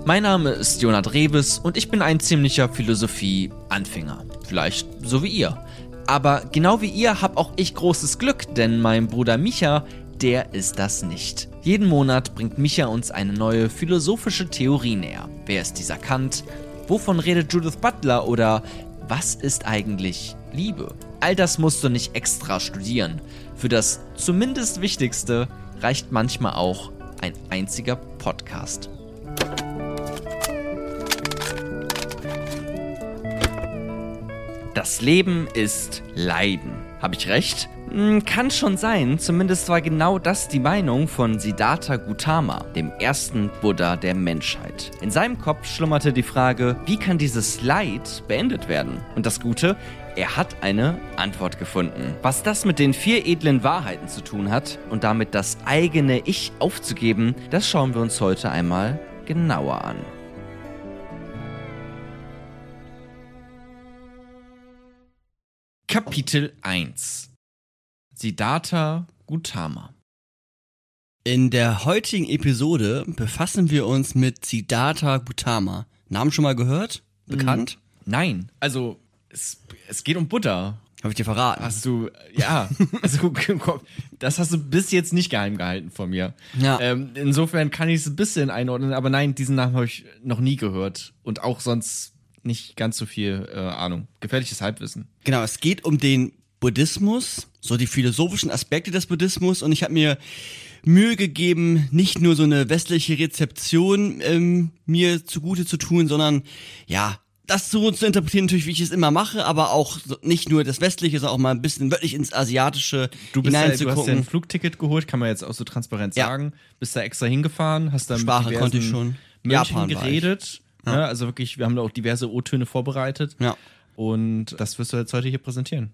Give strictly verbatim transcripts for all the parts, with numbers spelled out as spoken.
Mein Name ist Jonat Reves und ich bin ein ziemlicher Philosophie-Anfänger. Vielleicht so wie ihr. Aber genau wie ihr habe auch ich großes Glück, denn mein Bruder Micha, der ist das nicht. Jeden Monat bringt Micha uns eine neue philosophische Theorie näher. Wer ist dieser Kant? Wovon redet Judith Butler? Oder was ist eigentlich Liebe? All das musst du nicht extra studieren. Für das zumindest Wichtigste reicht manchmal auch ein einziger Podcast. Das Leben ist Leiden. Habe ich recht? Hm, kann schon sein, zumindest war genau das die Meinung von Siddhartha Gautama, dem ersten Buddha der Menschheit. In seinem Kopf schlummerte die Frage, wie kann dieses Leid beendet werden? Und das Gute, er hat eine Antwort gefunden. Was das mit den vier edlen Wahrheiten zu tun hat und damit das eigene Ich aufzugeben, das schauen wir uns heute einmal genauer an. Kapitel eins. Siddhartha Gautama. In der heutigen Episode befassen wir uns mit Siddhartha Gautama. Namen schon mal gehört? Bekannt? Nein, also es, es geht um Buddha. Habe ich dir verraten. Hast du, ja, also das hast du bis jetzt nicht geheim gehalten von mir. Ja. Ähm, insofern kann ich es ein bisschen einordnen, aber nein, diesen Namen habe ich noch nie gehört und auch sonst nicht ganz so viel äh, Ahnung. Gefährliches Halbwissen. Genau, es geht um den Buddhismus, so die philosophischen Aspekte des Buddhismus, und ich habe mir Mühe gegeben, nicht nur so eine westliche Rezeption ähm, mir zugute zu tun, sondern ja, das so zu interpretieren natürlich, wie ich es immer mache, aber auch so, nicht nur das Westliche, sondern auch mal ein bisschen wirklich ins Asiatische du bist hineinzugucken. Ja, du hast ja ein Flugticket geholt, kann man jetzt auch so transparent ja. sagen. Bist da extra hingefahren, hast da Sprache mit konnte ich schon. Mönchen Japan geredet. Ja. Ja, also wirklich, wir haben da auch diverse O-Töne vorbereitet. Ja. Und das wirst du jetzt heute hier präsentieren.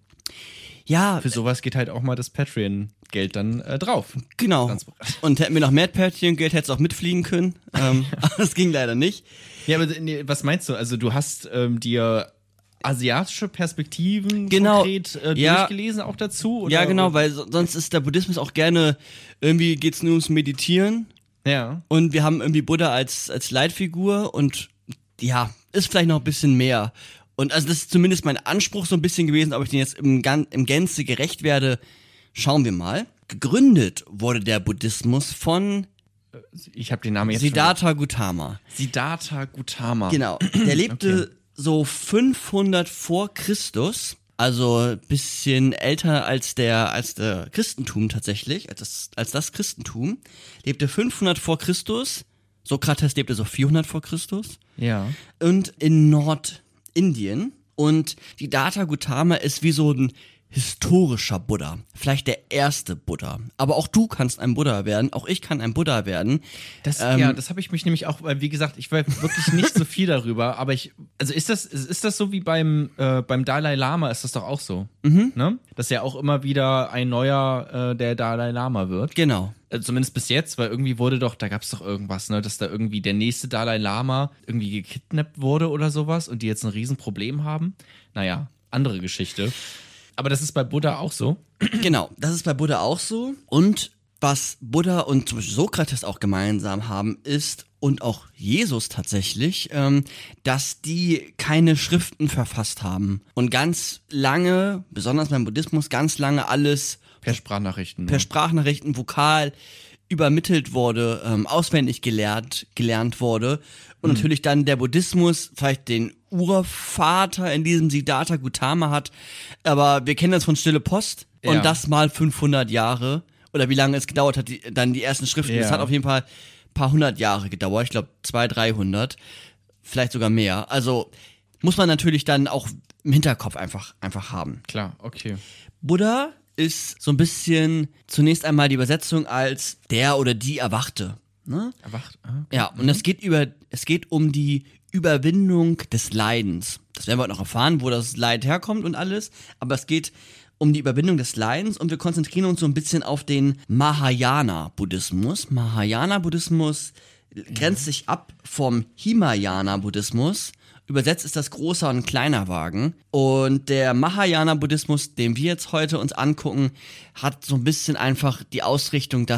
Ja. Für sowas geht halt auch mal das Patreon-Geld dann äh, drauf. Genau. Und hätten wir noch mehr Patreon-Geld, hättest du auch mitfliegen können. ähm, das ging leider nicht. Ja, aber nee, was meinst du? Also du hast ähm, dir asiatische Perspektiven genau. konkret äh, ja. durchgelesen auch dazu? Oder? Ja, genau, weil so, sonst ist der Buddhismus auch gerne, irgendwie geht's nur ums Meditieren. Ja. Und wir haben irgendwie Buddha als, als Leitfigur und ja, ist vielleicht noch ein bisschen mehr. Und also das ist zumindest mein Anspruch so ein bisschen gewesen, ob ich den jetzt im, Gan- im Gänze gerecht werde, schauen wir mal. Gegründet wurde der Buddhismus von ich habe den Namen jetzt Siddhartha Gautama. Siddhartha Gautama. Genau, der lebte okay. so fünfhundert vor Christus. Also ein bisschen älter als der als der Christentum tatsächlich, als das, als das Christentum. Lebte fünfhundert vor Christus. Sokrates lebte so vierhundert vor Christus. Ja. Und in Nordindien. Und Siddhartha Gautama ist wie so ein historischer Buddha. Vielleicht der erste Buddha. Aber auch du kannst ein Buddha werden. Auch ich kann ein Buddha werden. Das, ähm, ja, das habe ich mich nämlich auch, weil wie gesagt, ich weiß wirklich nicht so viel darüber. Aber ich, also ist das, ist das so wie beim, äh, beim Dalai Lama, ist das doch auch so? Mhm. Ne? Dass ja auch immer wieder ein neuer, äh, der Dalai Lama wird. Genau. Also zumindest bis jetzt, weil irgendwie wurde doch, da gab es doch irgendwas, ne, dass da irgendwie der nächste Dalai Lama irgendwie gekidnappt wurde oder sowas und die jetzt ein Riesenproblem haben. Naja, andere Geschichte. Aber das ist bei Buddha auch so. Genau, das ist bei Buddha auch so. Und was Buddha und zum Beispiel Sokrates auch gemeinsam haben, ist, und auch Jesus tatsächlich, ähm, dass die keine Schriften verfasst haben. Und ganz lange, besonders beim Buddhismus, ganz lange alles per Sprachnachrichten. Per Sprachnachrichten, vokal übermittelt wurde, ähm, auswendig gelernt, gelernt wurde. Und mhm. natürlich dann der Buddhismus vielleicht den Urvater in diesem Siddhartha Gautama hat. Aber wir kennen das von Stille Post. Und ja. das mal fünfhundert Jahre. Oder wie lange es gedauert hat, die, dann die ersten Schriften. Ja. Das hat auf jeden Fall ein paar hundert Jahre gedauert. Ich glaube zweihundert, dreihundert. Vielleicht sogar mehr. Also muss man natürlich dann auch im Hinterkopf einfach, einfach haben. Klar, okay. Buddha ist so ein bisschen zunächst einmal die Übersetzung als der oder die Erwachte. Ne? Erwacht? Okay. Ja, und es geht über, es geht um die Überwindung des Leidens. Das werden wir heute noch erfahren, wo das Leid herkommt und alles. Aber es geht um die Überwindung des Leidens und wir konzentrieren uns so ein bisschen auf den Mahayana-Buddhismus. Mahayana-Buddhismus grenzt ja. sich ab vom Himayana-Buddhismus. Übersetzt ist das großer und kleiner Wagen. Und der Mahayana-Buddhismus, den wir jetzt heute uns angucken, hat so ein bisschen einfach die Ausrichtung, dass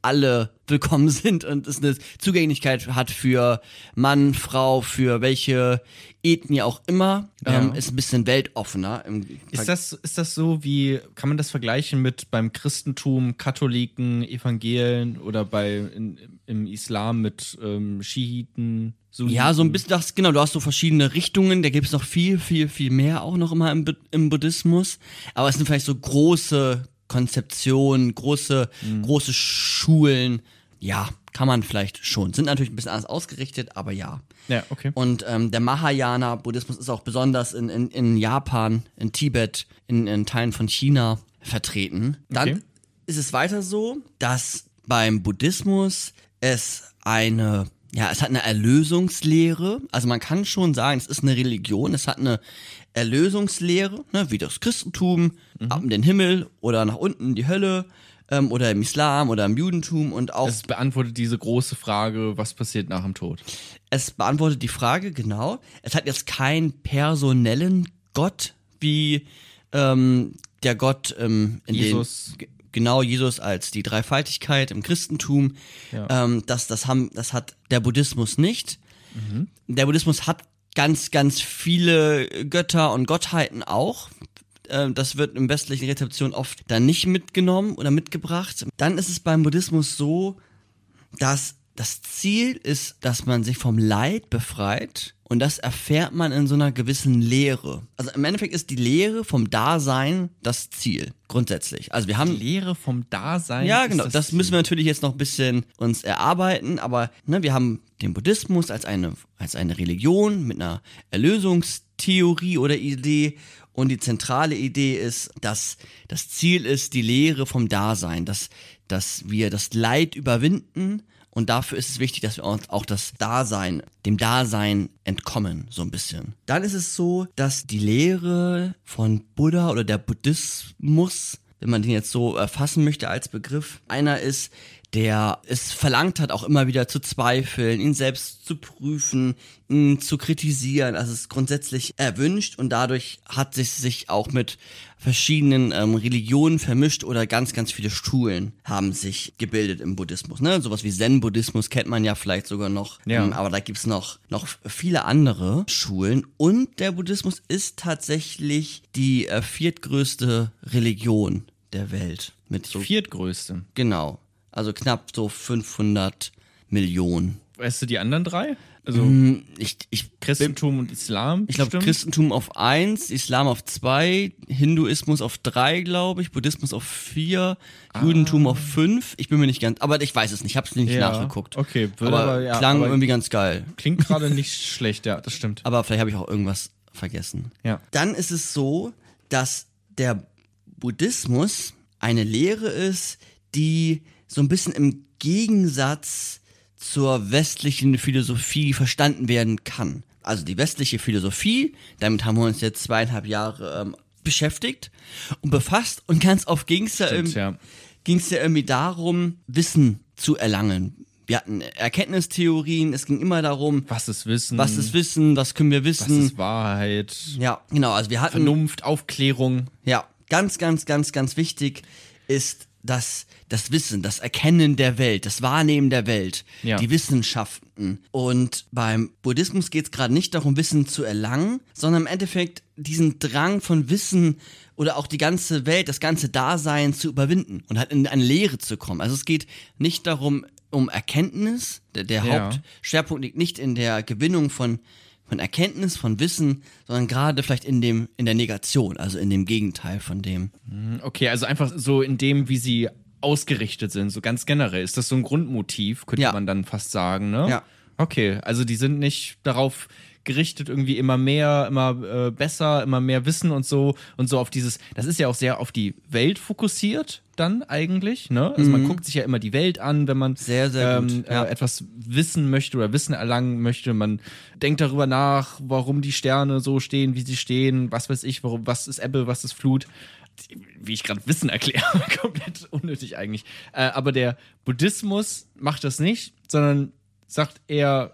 alle willkommen sind und es eine Zugänglichkeit hat für Mann, Frau, für welche Ethnie auch immer, Ja. ähm, ist ein bisschen weltoffener. Im Ist das, ist das so wie, kann man das vergleichen mit beim Christentum, Katholiken, Evangelien oder bei in, im Islam mit ähm, Schiiten, Sunniten? Ja, so ein bisschen, das, genau, du hast so verschiedene Richtungen, da gibt es noch viel, viel, viel mehr auch noch immer im, Bu- im Buddhismus, aber es sind vielleicht so große Konzeptionen, große, große Schulen, ja, kann man vielleicht schon. Sind natürlich ein bisschen anders ausgerichtet, aber ja. Ja, okay. Und ähm, der Mahayana-Buddhismus ist auch besonders in, in, in Japan, in Tibet, in, in Teilen von China vertreten. Dann Okay. ist es weiter so, dass beim Buddhismus es eine, ja, es hat eine Erlösungslehre. Also man kann schon sagen, es ist eine Religion, es hat eine Erlösungslehre, ne, wie das Christentum, ab in den Himmel oder nach unten in die Hölle, ähm, oder im Islam oder im Judentum und auch Es beantwortet diese große Frage, was passiert nach dem Tod? es beantwortet die Frage, genau. Es hat jetzt keinen personellen Gott, wie ähm, der Gott ähm, in Jesus. den, g- genau, Jesus als die Dreifaltigkeit im Christentum. Ja. Ähm, das, das, haben, das hat der Buddhismus nicht. Der Buddhismus hat ganz, ganz viele Götter und Gottheiten auch. Ähm, Das wird in westlichen Rezeptionen oft dann nicht mitgenommen oder mitgebracht. Dann ist es beim Buddhismus so, dass das Ziel ist, dass man sich vom Leid befreit und das erfährt man in so einer gewissen Lehre. Also im Endeffekt ist die Lehre vom Dasein das Ziel, grundsätzlich. Also wir haben... Lehre vom Dasein. Ja, ist genau, das, müssen wir natürlich jetzt noch ein bisschen uns erarbeiten, aber ne, wir haben den Buddhismus als eine, als eine Religion mit einer Erlösungstheorie oder Idee und die zentrale Idee ist, dass das Ziel ist die Lehre vom Dasein, dass, dass wir das Leid überwinden. Und dafür ist es wichtig, dass wir uns auch das Dasein, dem Dasein entkommen, so ein bisschen. Dann ist es so, dass die Lehre von Buddha oder der Buddhismus, wenn man den jetzt so erfassen möchte als Begriff, einer ist, der es verlangt hat, auch immer wieder zu zweifeln, ihn selbst zu prüfen, ihn zu kritisieren. Also es ist grundsätzlich erwünscht und dadurch hat es sich auch mit verschiedenen ähm, Religionen vermischt oder ganz, ganz viele Schulen haben sich gebildet im Buddhismus. Ne? Sowas wie Zen-Buddhismus kennt man ja vielleicht sogar noch, Ja. ähm, aber da gibt's noch, noch viele andere Schulen. Und der Buddhismus ist tatsächlich die äh, viertgrößte Religion der Welt. Mit so, Viertgrößte. genau. Also knapp so fünfhundert Millionen. Weißt du die anderen drei? Also Hm, Ich, ich, Christentum und Islam? ich glaube bestimmt? Christentum auf eins, Islam auf zwei, Hinduismus auf drei, glaube ich, Buddhismus auf vier, Judentum auf fünf. Ich bin mir nicht ganz, aber ich weiß es nicht, ich habe es nicht Ja, nachgeguckt. okay, würde aber, aber, ja, klang aber- irgendwie ganz geil. Klingt gerade nicht schlecht, ja, das stimmt. Aber vielleicht habe ich auch irgendwas vergessen. Ja. Dann ist es so, dass der Buddhismus eine Lehre ist, die so ein bisschen im Gegensatz zur westlichen Philosophie verstanden werden kann. Also die westliche Philosophie, damit haben wir uns jetzt zweieinhalb Jahre ähm, beschäftigt und befasst und ganz oft ging es ja, Stimmt, irgendwie- ja. ging's ja irgendwie darum, Wissen zu erlangen. Wir hatten Erkenntnistheorien, es ging immer darum, Was ist Wissen? was ist Wissen, was können wir Was wissen. ist Wahrheit? Ja, genau, also wir hatten, Vernunft, Aufklärung. ja, ganz, ganz, ganz, ganz wichtig ist das, das Wissen, das Erkennen der Welt, das Wahrnehmen der Welt, Ja. die Wissenschaften. Und beim Buddhismus geht es gerade nicht darum, Wissen zu erlangen, sondern im Endeffekt diesen Drang von Wissen oder auch die ganze Welt, das ganze Dasein zu überwinden und halt in eine Lehre zu kommen. Also es geht nicht darum, um Erkenntnis, der, der Ja. Hauptschwerpunkt liegt nicht in der Gewinnung von von Erkenntnis, von Wissen, sondern gerade vielleicht in dem, in der Negation, also in dem Gegenteil von dem. Okay, also einfach so in dem, wie sie ausgerichtet sind, so ganz generell. Ist das so ein Grundmotiv, könnte Ja. man dann fast sagen, ne? Ja. Okay, also die sind nicht darauf gerichtet, irgendwie immer mehr, immer äh, besser, immer mehr Wissen und so und so auf dieses, das ist ja auch sehr auf die Welt fokussiert dann eigentlich, ne? Also man guckt sich ja immer die Welt an, wenn man Sehr, sehr ähm, gut, ja. äh, etwas wissen möchte oder Wissen erlangen möchte. Man denkt darüber nach, warum die Sterne so stehen, wie sie stehen, was weiß ich, warum, was ist Ebbe, was ist Flut. Wie ich gerade Wissen erkläre, komplett unnötig eigentlich. Äh, aber der Buddhismus macht das nicht, sondern sagt eher,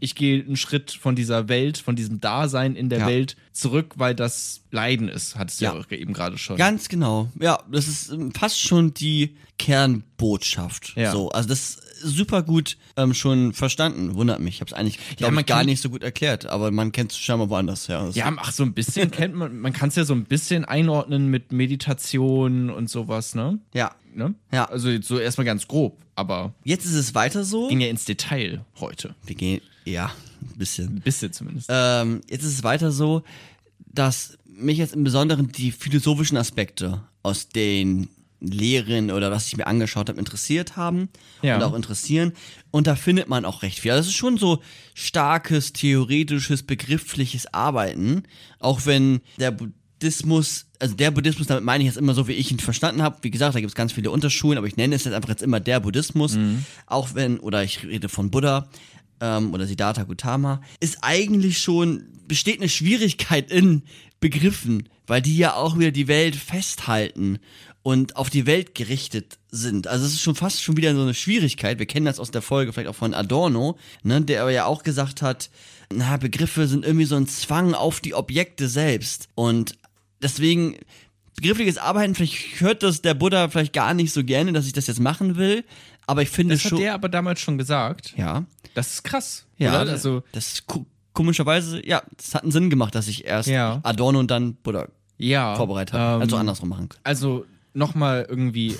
ich gehe einen Schritt von dieser Welt, von diesem Dasein in der Ja. Welt zurück, weil das Leiden ist, hattest du ja, Ja. auch eben gerade schon. Ganz genau. Ja, das ist ähm, fast schon die Kernbotschaft. Ja. So, also das ist super gut ähm, schon verstanden. Wundert mich. Ich habe es eigentlich glaub man ich, gar kann- nicht so gut erklärt, aber man kennt es scheinbar woanders. Ja, das Ja, ach, so ein bisschen kennt man, man kann es ja so ein bisschen einordnen mit Meditation und sowas, ne? ja. ne? Ja. Also jetzt so erstmal ganz grob, aber Jetzt ist es weiter so. ging ja ins Detail heute. Wir gehen, ja, ein bisschen. Ein bisschen zumindest. Ähm, jetzt ist es weiter so, dass mich jetzt im Besonderen die philosophischen Aspekte aus den Lehren oder was ich mir angeschaut habe, interessiert haben Ja. und auch interessieren. Und da findet man auch recht viel. Also das ist schon so starkes, theoretisches, begriffliches Arbeiten, auch wenn der Buddhismus, also der Buddhismus, damit meine ich jetzt immer so, wie ich ihn verstanden habe. Wie gesagt, da gibt es ganz viele Unterschulen, aber ich nenne es jetzt einfach jetzt immer der Buddhismus, auch wenn, oder ich rede von Buddha, ähm, oder Siddhartha Gautama, ist eigentlich schon, besteht eine Schwierigkeit in Begriffen, weil die ja auch wieder die Welt festhalten und auf die Welt gerichtet sind. Also es ist schon fast schon wieder so eine Schwierigkeit. Wir kennen das aus der Folge vielleicht auch von Adorno, ne, der aber ja auch gesagt hat, na, Begriffe sind irgendwie so ein Zwang auf die Objekte selbst. Und deswegen, begriffliches Arbeiten, vielleicht hört das der Buddha vielleicht gar nicht so gerne, dass ich das jetzt machen will, aber ich finde Das hat schon... der aber damals schon gesagt. ja, Das ist krass, ja, oder? Also, das ist ko komischerweise, ja, das hat einen Sinn gemacht, dass ich erst Ja. Adorno und dann Buddha ja. vorbereitet habe. ähm, Also andersrum machen können. Also nochmal irgendwie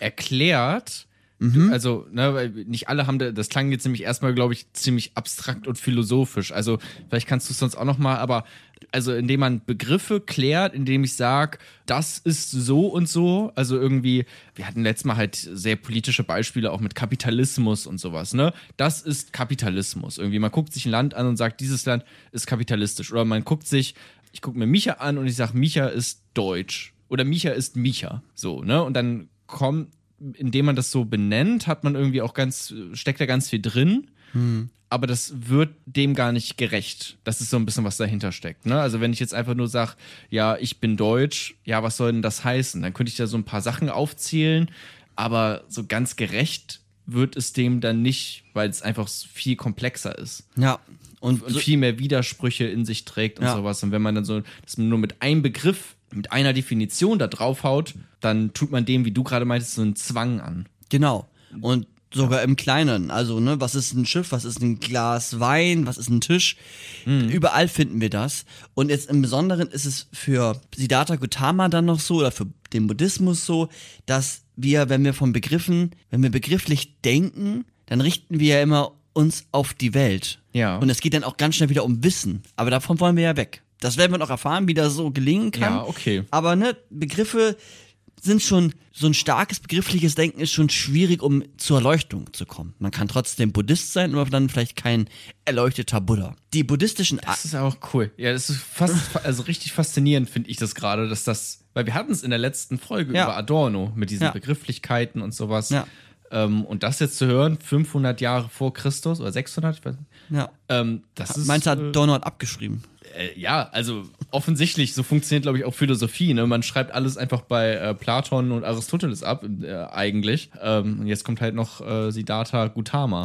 erklärt. Mhm. Du, also, ne, weil nicht alle haben, da- das klang jetzt nämlich erstmal, glaube ich, ziemlich abstrakt und philosophisch. Also, vielleicht kannst du es sonst auch nochmal, aber, also, indem man Begriffe klärt, indem ich sage, das ist so und so. Also, irgendwie, wir hatten letztes Mal halt sehr politische Beispiele auch mit Kapitalismus und sowas, ne? Das ist Kapitalismus. Irgendwie, man guckt sich ein Land an und sagt, dieses Land ist kapitalistisch. Oder man guckt sich, ich gucke mir Micha an und ich sage, Micha ist deutsch. Oder Micha ist Micha. So, ne? Und dann kommt, indem man das so benennt, hat man irgendwie auch ganz, steckt da ganz viel drin. Aber das wird dem gar nicht gerecht. Das ist so ein bisschen, was dahinter steckt. Ne? Also wenn ich jetzt einfach nur sage, ja, ich bin deutsch, ja, was soll denn das heißen? Dann könnte ich da so ein paar Sachen aufzählen, aber so ganz gerecht wird es dem dann nicht, weil es einfach viel komplexer ist. Ja, und, Und so, viel mehr Widersprüche in sich trägt und Ja. sowas. Und wenn man dann so, dass man nur mit einem Begriff, mit einer Definition da draufhaut, dann tut man dem, wie du gerade meintest, so einen Zwang an. genau. Und sogar im Kleinen. Also, ne, was ist ein Schiff, was ist ein Glas Wein, was ist ein Tisch? Überall finden wir das. Und jetzt im Besonderen ist es für Siddhartha Gautama dann noch so, oder für den Buddhismus so, dass wir, wenn wir von Begriffen, wenn wir begrifflich denken, dann richten wir ja immer uns auf die Welt. Ja. Und es geht dann auch ganz schnell wieder um Wissen. Aber davon wollen wir ja weg. Das werden wir noch erfahren, wie das so gelingen kann. Ja, okay. Aber ne, Begriffe sind schon, so ein starkes begriffliches Denken ist schon schwierig, um zur Erleuchtung zu kommen. Man kann trotzdem Buddhist sein, aber dann vielleicht kein erleuchteter Buddha. Die buddhistischen... Das ist auch cool. Ja, das ist fast, also richtig faszinierend, finde ich das gerade, dass das, weil wir hatten es in der letzten Folge Ja. über Adorno mit diesen Ja. Begrifflichkeiten und sowas. Ja. Ähm, und das jetzt zu hören, fünfhundert Jahre vor Christus oder sechshundert, ich weiß nicht. ja. Ähm, das ist, Meinst du, äh, Adorno hat abgeschrieben? Äh, ja, also offensichtlich, so funktioniert, glaube ich, auch Philosophie. Ne? Man schreibt alles einfach bei äh, Platon und Aristoteles ab, äh, eigentlich. Ähm, und jetzt kommt halt noch äh, Siddhartha Gautama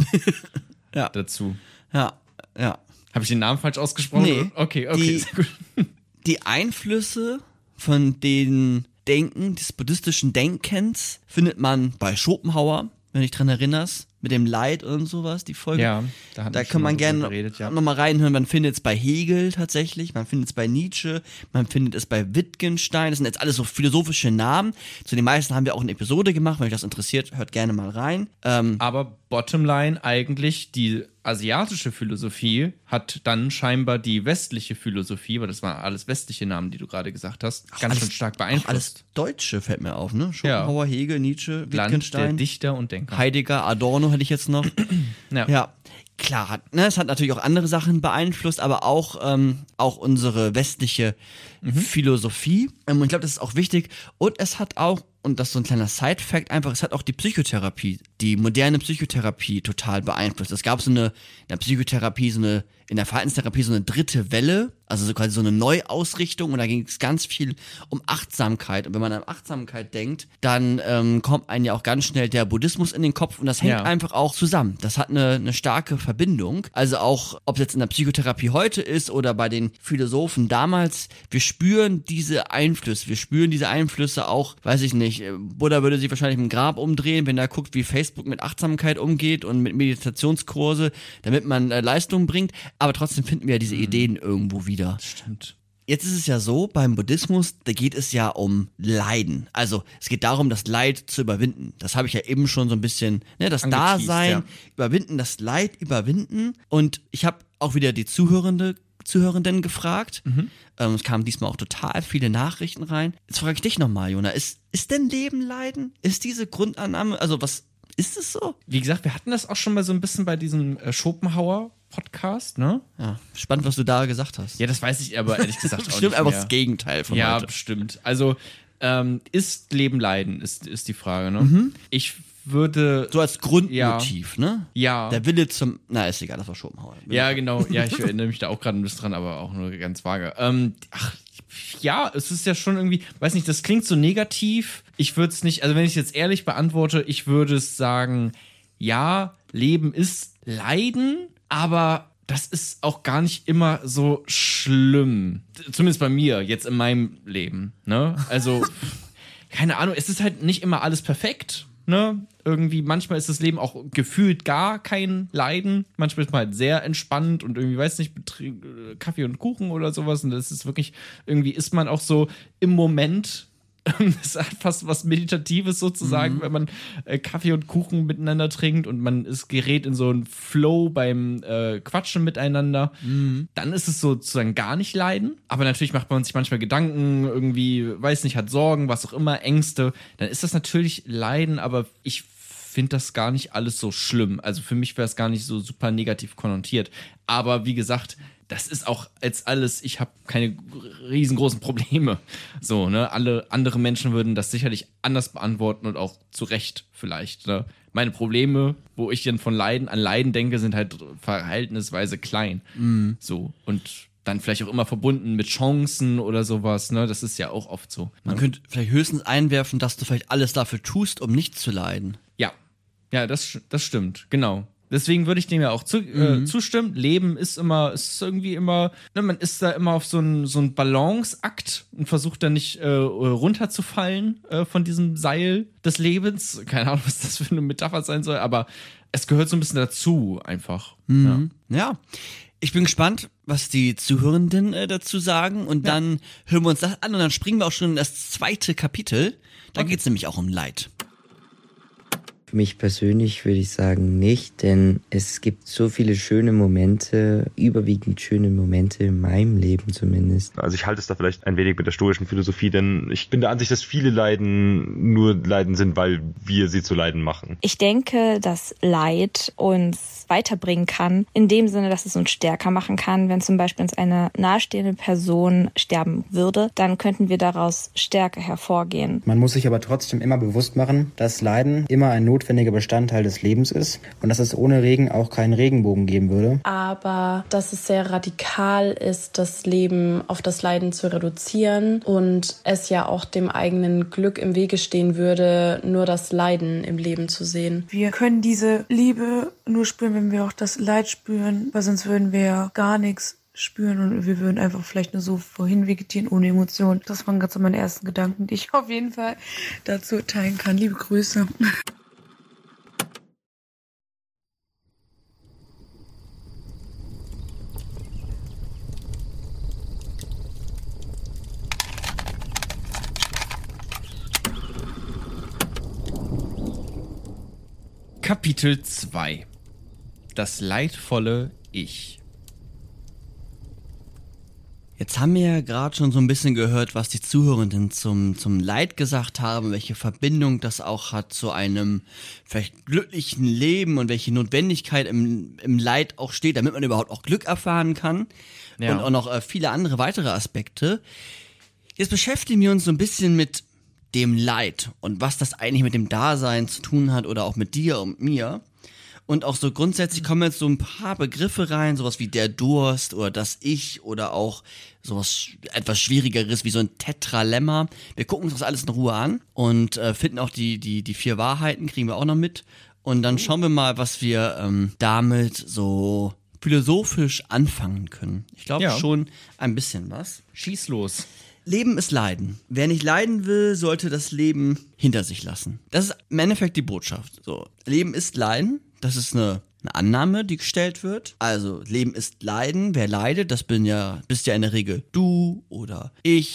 Ja. dazu. Ja, ja. Habe ich den Namen falsch ausgesprochen? Nee. Okay, okay, Die- sehr gut. Die Einflüsse von den Denken, des buddhistischen Denkens, findet man bei Schopenhauer, wenn du dich dran erinnerst, mit dem Leid und sowas, die Folge. Ja, da hatten Da wir kann schon man mal gerne drüber geredet, ja. nochmal reinhören. Man findet es bei Hegel tatsächlich, man findet es bei Nietzsche, man findet es bei Wittgenstein. Das sind jetzt alles so philosophische Namen. Zu den meisten haben wir auch eine Episode gemacht. Wenn euch das interessiert, hört gerne mal rein. Ähm, Aber Bottomline eigentlich, die asiatische Philosophie hat dann scheinbar die westliche Philosophie, weil das waren alles westliche Namen, die du gerade gesagt hast, ganz alles- schön stark auch beeinflusst. alles Deutsche fällt mir auf, ne? Schopenhauer, Hegel, Nietzsche, Land der Wittgenstein, Dichter und Denker. Heidegger, Adorno hätte ich jetzt noch. Ja. Ja, klar, hat- ne, es hat natürlich auch andere Sachen beeinflusst, aber auch, ähm, auch unsere westliche Philosophie. Ähm, und ich glaube, das ist auch wichtig. Und es hat auch und das ist so ein kleiner Side-Fact einfach, es hat auch die Psychotherapie, die moderne Psychotherapie total beeinflusst. Es gab so eine, in der Psychotherapie so eine, in der Verhaltenstherapie so eine dritte Welle, also so quasi so eine Neuausrichtung und da ging es ganz viel um Achtsamkeit und wenn man an Achtsamkeit denkt, dann ähm, kommt einem ja auch ganz schnell der Buddhismus in den Kopf und das hängt Ja. einfach auch zusammen. Das hat eine, eine starke Verbindung, also auch, ob es jetzt in der Psychotherapie heute ist oder bei den Philosophen damals, wir spüren diese Einflüsse, wir spüren diese Einflüsse auch, weiß ich nicht, Buddha würde sich wahrscheinlich im Grab umdrehen, wenn er guckt, wie Facebook mit Achtsamkeit umgeht und mit Meditationskurse, damit man äh, Leistung bringt, aber trotzdem finden wir ja diese Ideen irgendwo wieder. Stimmt. Jetzt ist es ja so, beim Buddhismus, da geht es ja um Leiden. Also es geht darum, das Leid zu überwinden. Das habe ich ja eben schon so ein bisschen, ne, das Angeteased, Dasein, ja. überwinden, das Leid überwinden. Und ich habe auch wieder die Zuhörende, Zuhörenden gefragt. Mhm. Ähm, es kamen diesmal auch total viele Nachrichten rein. Jetzt frage ich dich nochmal, Jona, ist, ist denn Leben Leiden? Ist diese Grundannahme, also was, ist es so? Wie gesagt, wir hatten das auch schon mal so ein bisschen bei diesem äh, Schopenhauer-Podcast, ne? Ja, spannend, was du da gesagt hast. Ja, das weiß ich aber ehrlich gesagt auch Bestimmt nicht einfach mehr. das Gegenteil von Ja, heute. bestimmt. Also, ähm, ist Leben Leiden, ist, ist die Frage, ne? Mhm. Ich würde... So als Grundmotiv, ne? Ja. Der Wille zum, na ist egal, das war Schopenhauer. Ja, genau. Ja, ich erinnere mich da auch gerade ein bisschen dran, aber auch nur ganz vage. Ähm, ach, ja, es ist ja schon irgendwie, weiß nicht, das klingt so negativ. Ich würde es nicht, also wenn ich jetzt ehrlich beantworte, ich würde es sagen, ja, Leben ist Leiden, aber das ist auch gar nicht immer so schlimm. Zumindest bei mir, jetzt in meinem Leben, ne? Also, keine Ahnung, es ist halt nicht immer alles perfekt. Ne? Irgendwie, manchmal ist das Leben auch gefühlt gar kein Leiden. Manchmal ist man halt sehr entspannt und irgendwie, weiß nicht, Betrie- Kaffee und Kuchen oder sowas. Und das ist wirklich, irgendwie ist man auch so im Moment. Das hat fast was Meditatives sozusagen, Mhm. wenn man äh, Kaffee und Kuchen miteinander trinkt und man ist gerät in so einen Flow beim äh, Quatschen miteinander. Mhm. Dann ist es sozusagen gar nicht Leiden. Aber natürlich macht man sich manchmal Gedanken, irgendwie, weiß nicht, hat Sorgen, was auch immer, Ängste. Dann ist das natürlich Leiden, aber ich finde das gar nicht alles so schlimm. Also für mich wäre es gar nicht so super negativ konnotiert. Aber wie gesagt, das ist auch als alles, ich habe keine riesengroßen Probleme. So, ne? Alle andere Menschen würden das sicherlich anders beantworten und auch zu Recht vielleicht. Ne? Meine Probleme, wo ich dann von Leiden an Leiden denke, sind halt verhältnisweise klein. Mhm. So. Und dann vielleicht auch immer verbunden mit Chancen oder sowas. Ne? Das ist ja auch oft so. Man Ne? könnte vielleicht höchstens einwerfen, dass du vielleicht alles dafür tust, um nicht zu leiden. Ja, ja, das, das stimmt, genau. Deswegen würde ich dem ja auch zu, äh, zustimmen. Leben ist immer, ist irgendwie immer, ne, man ist da immer auf so ein so ein Balanceakt und versucht da nicht äh, runterzufallen äh, von diesem Seil des Lebens. Keine Ahnung, was das für eine Metapher sein soll, aber es gehört so ein bisschen dazu, einfach. Mhm. Ja. Ich bin gespannt, was die Zuhörenden äh, dazu sagen und dann hören wir uns das an und dann springen wir auch schon in das zweite Kapitel. Da Okay. geht's nämlich auch um Leid. Für mich persönlich würde ich sagen nicht, denn es gibt so viele schöne Momente, überwiegend schöne Momente in meinem Leben zumindest. Also ich halte es da vielleicht ein wenig mit der stoischen Philosophie, denn ich bin der Ansicht, dass viele Leiden nur Leiden sind, weil wir sie zu Leiden machen. Ich denke, dass Leid uns weiterbringen kann, in dem Sinne, dass es uns stärker machen kann. Wenn zum Beispiel uns eine nahestehende Person sterben würde, dann könnten wir daraus stärker hervorgehen. Man muss sich aber trotzdem immer bewusst machen, dass Leiden immer ein notwendiger Bestandteil des Lebens ist und dass es ohne Regen auch keinen Regenbogen geben würde. Aber dass es sehr radikal ist, das Leben auf das Leiden zu reduzieren und es ja auch dem eigenen Glück im Wege stehen würde, nur das Leiden im Leben zu sehen. Wir können diese Liebe nur spüren, wenn wir auch das Leid spüren, weil sonst würden wir ja gar nichts spüren und wir würden einfach vielleicht nur so vorhin vegetieren ohne Emotionen. Das waren gerade so meine ersten Gedanken, die ich auf jeden Fall dazu teilen kann. Liebe Grüße. Kapitel zwei. Das leidvolle Ich. Jetzt haben wir ja gerade schon so ein bisschen gehört, was die Zuhörenden zum, zum Leid gesagt haben, welche Verbindung das auch hat zu einem vielleicht glücklichen Leben und welche Notwendigkeit im, im Leid auch steht, damit man überhaupt auch Glück erfahren kann Ja. und auch noch äh, viele andere weitere Aspekte. Jetzt beschäftigen wir uns so ein bisschen mit dem Leid und was das eigentlich mit dem Dasein zu tun hat oder auch mit dir und mir. Und auch so grundsätzlich kommen jetzt so ein paar Begriffe rein, sowas wie der Durst oder das Ich oder auch sowas etwas Schwierigeres wie so ein Tetralemma. Wir gucken uns das alles in Ruhe an und äh, finden auch die, die, die vier Wahrheiten, kriegen wir auch noch mit. Und dann schauen wir mal, was wir ähm, damit so philosophisch anfangen können. Ich glaube Ja. schon ein bisschen was. Schieß los. Leben ist Leiden. Wer nicht leiden will, sollte das Leben hinter sich lassen. Das ist im Endeffekt die Botschaft. So, Leben ist Leiden. Das ist eine, eine Annahme, die gestellt wird. Also, Leben ist Leiden. Wer leidet, das bin ja, bist ja in der Regel du oder ich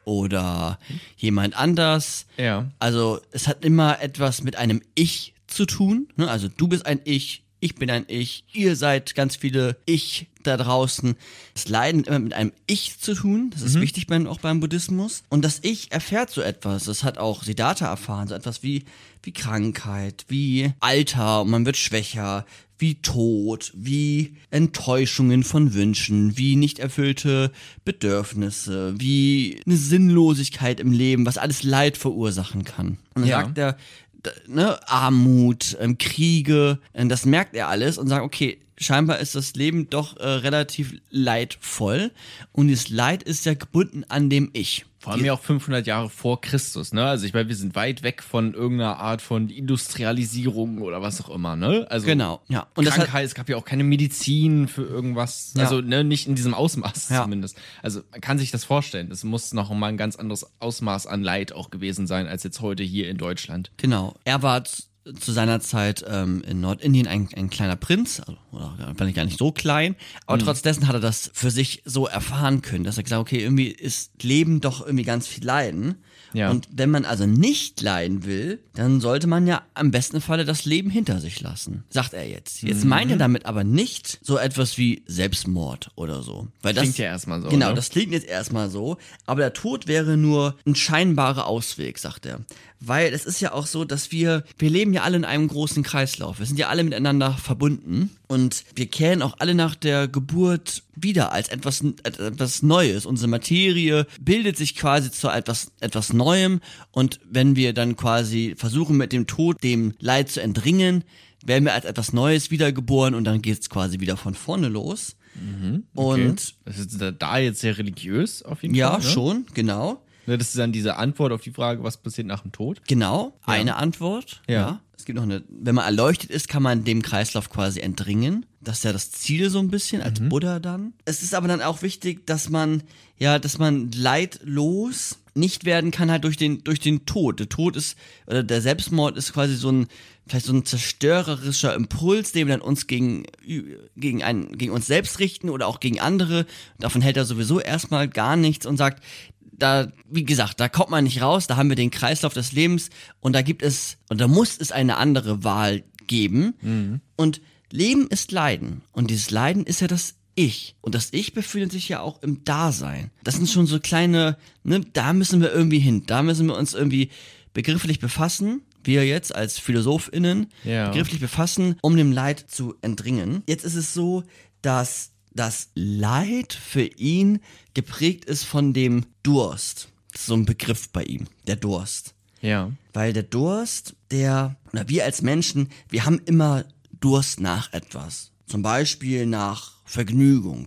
oder jemand anders. Ja. Also, es hat immer etwas mit einem Ich zu tun. Ne? Also, du bist ein Ich, ich bin ein Ich, ihr seid ganz viele Ich da draußen. Das Leiden hat immer mit einem Ich zu tun. Das ist wichtig beim, auch beim Buddhismus. Und das Ich erfährt so etwas. Das hat auch Siddhartha erfahren. So etwas wie, wie Krankheit, wie Alter und man wird schwächer, wie Tod, wie Enttäuschungen von Wünschen, wie nicht erfüllte Bedürfnisse, wie eine Sinnlosigkeit im Leben, was alles Leid verursachen kann. Und dann Ja. sagt er, d- ne, Armut, ähm, Kriege, äh, das merkt er alles und sagt, okay, scheinbar ist das Leben doch äh, relativ leidvoll und dieses Leid ist ja gebunden an dem Ich. Vor allem ja auch fünfhundert Jahre vor Christus, ne? Also ich meine, wir sind weit weg von irgendeiner Art von Industrialisierung oder was auch immer, ne? Also Genau, ja. Und das Krankheit, hat, es gab ja auch keine Medizin für irgendwas, Ja. also ne, nicht in diesem Ausmaß Ja. zumindest. Also man kann sich das vorstellen, das muss noch mal ein ganz anderes Ausmaß an Leid auch gewesen sein, als jetzt heute hier in Deutschland. genau. Er war z- zu seiner Zeit ähm, in Nordindien ein, ein kleiner Prinz, also, oder vielleicht gar nicht so klein, aber trotz dessen hat er das für sich so erfahren können, dass er gesagt hat, okay, irgendwie ist Leben doch irgendwie ganz viel Leiden. Ja. Und wenn man also nicht leiden will, dann sollte man ja am besten Falle das Leben hinter sich lassen, sagt er jetzt. Jetzt meint er damit aber nicht so etwas wie Selbstmord oder so. Weil das Klingt ja erstmal so, Genau, ne? das klingt jetzt erstmal so, aber der Tod wäre nur ein scheinbarer Ausweg, sagt er. Weil es ist ja auch so, dass wir, wir leben ja alle in einem großen Kreislauf. Wir sind ja alle miteinander verbunden und wir kehren auch alle nach der Geburt wieder als etwas, etwas Neues. Unsere Materie bildet sich quasi zu etwas, etwas Neuem und wenn wir dann quasi versuchen mit dem Tod dem Leid zu entringen, werden wir als etwas Neues wiedergeboren und dann geht's quasi wieder von vorne los. Okay. Und das ist da- da jetzt sehr religiös auf jeden ja, Fall. Ne? schon, genau. Ne, das ist dann diese Antwort auf die Frage, was passiert nach dem Tod. Genau, eine Antwort. Ja. Ja. Es gibt noch eine, wenn man erleuchtet ist, kann man dem Kreislauf quasi entringen. Das ist ja das Ziel so ein bisschen, als Buddha dann. Es ist aber dann auch wichtig, dass man, ja, dass man leidlos nicht werden kann halt durch den, durch den Tod. Der Tod ist, oder der Selbstmord ist quasi so ein, vielleicht so ein zerstörerischer Impuls, den wir dann uns gegen, gegen einen, gegen uns selbst richten oder auch gegen andere. Davon hält er sowieso erstmal gar nichts und sagt, da, wie gesagt, da kommt man nicht raus, da haben wir den Kreislauf des Lebens und da gibt es, und da muss es eine andere Wahl geben. Und Leben ist Leiden. Und dieses Leiden ist ja das Ich. Und das Ich befindet sich ja auch im Dasein. Das sind schon so kleine, ne, da müssen wir irgendwie hin. Da müssen wir uns irgendwie begrifflich befassen. Wir jetzt als PhilosophInnen Ja. begrifflich befassen, um dem Leid zu entringen. Jetzt ist es so, dass das Leid für ihn geprägt ist von dem Durst. Das ist so ein Begriff bei ihm, der Durst. Ja. Weil der Durst, der, oder wir als Menschen, wir haben immer Durst nach etwas. Zum Beispiel nach Vergnügung,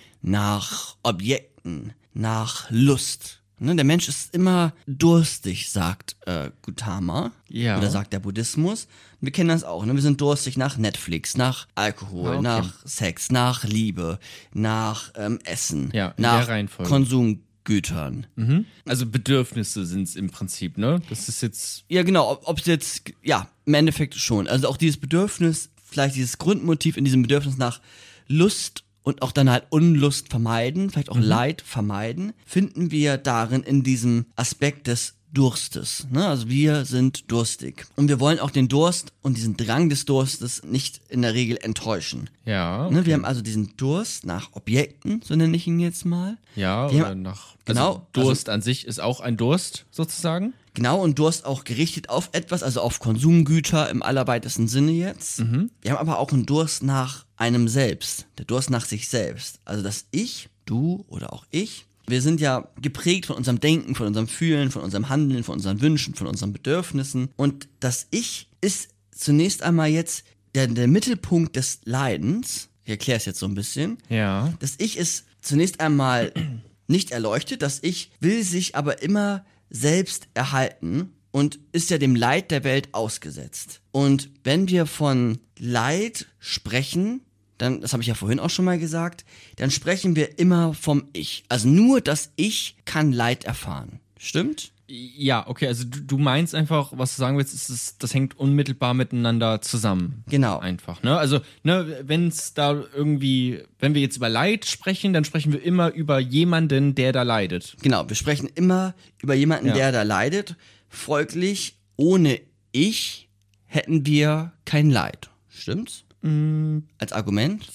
nach Objekten, nach Lust. Ne, der Mensch ist immer durstig, sagt äh, Gautama. Ja. Oder sagt der Buddhismus. Und wir kennen das auch. Ne? Wir sind durstig nach Netflix, nach Alkohol, Ah, okay. nach Sex, nach Liebe, nach ähm, Essen, Ja, in nach der Reihenfolge. Konsumgütern. Also Bedürfnisse sind es im Prinzip, ne? Das ist jetzt. Ja, genau, ob es jetzt, ja, im Endeffekt schon. Also auch dieses Bedürfnis, vielleicht dieses Grundmotiv in diesem Bedürfnis nach Lust und auch dann halt Unlust vermeiden, vielleicht auch Leid vermeiden, finden wir darin in diesem Aspekt des Durstes. Ne? Also wir sind durstig. Und wir wollen auch den Durst und diesen Drang des Durstes nicht in der Regel enttäuschen. Ja. Ne? Wir haben also diesen Durst nach Objekten, so nenne ich ihn jetzt mal. Ja, Wir oder haben- nach. genau, Also Durst an sich ist auch ein Durst, sozusagen. Genau, und Durst auch gerichtet auf etwas, also auf Konsumgüter im allerweitesten Sinne jetzt. Wir haben aber auch einen Durst nach einem selbst, der Durst nach sich selbst. Also das Ich, du oder auch ich, Wir sind ja geprägt von unserem Denken, von unserem Fühlen, von unserem Handeln, von unseren Wünschen, von unseren Bedürfnissen. Und das Ich ist zunächst einmal jetzt der, der Mittelpunkt des Leidens. Ich erkläre es jetzt so ein bisschen. Ja. Das Ich ist zunächst einmal nicht erleuchtet. Das Ich will sich aber immer selbst erhalten und ist ja dem Leid der Welt ausgesetzt. Und wenn wir von Leid sprechen, dann, das habe ich ja vorhin auch schon mal gesagt, dann sprechen wir immer vom Ich. Also nur das Ich kann Leid erfahren. Stimmt? Ja, okay, also du, du meinst einfach, was du sagen willst, ist, ist, das hängt unmittelbar miteinander zusammen. Genau. Einfach, ne? Also, ne, wenn es da irgendwie, wenn wir jetzt über Leid sprechen, dann sprechen wir immer über jemanden, der da leidet. Genau, wir sprechen immer über jemanden, Ja. der da leidet. Folglich, ohne Ich hätten wir kein Leid. Stimmt's? Als Argument?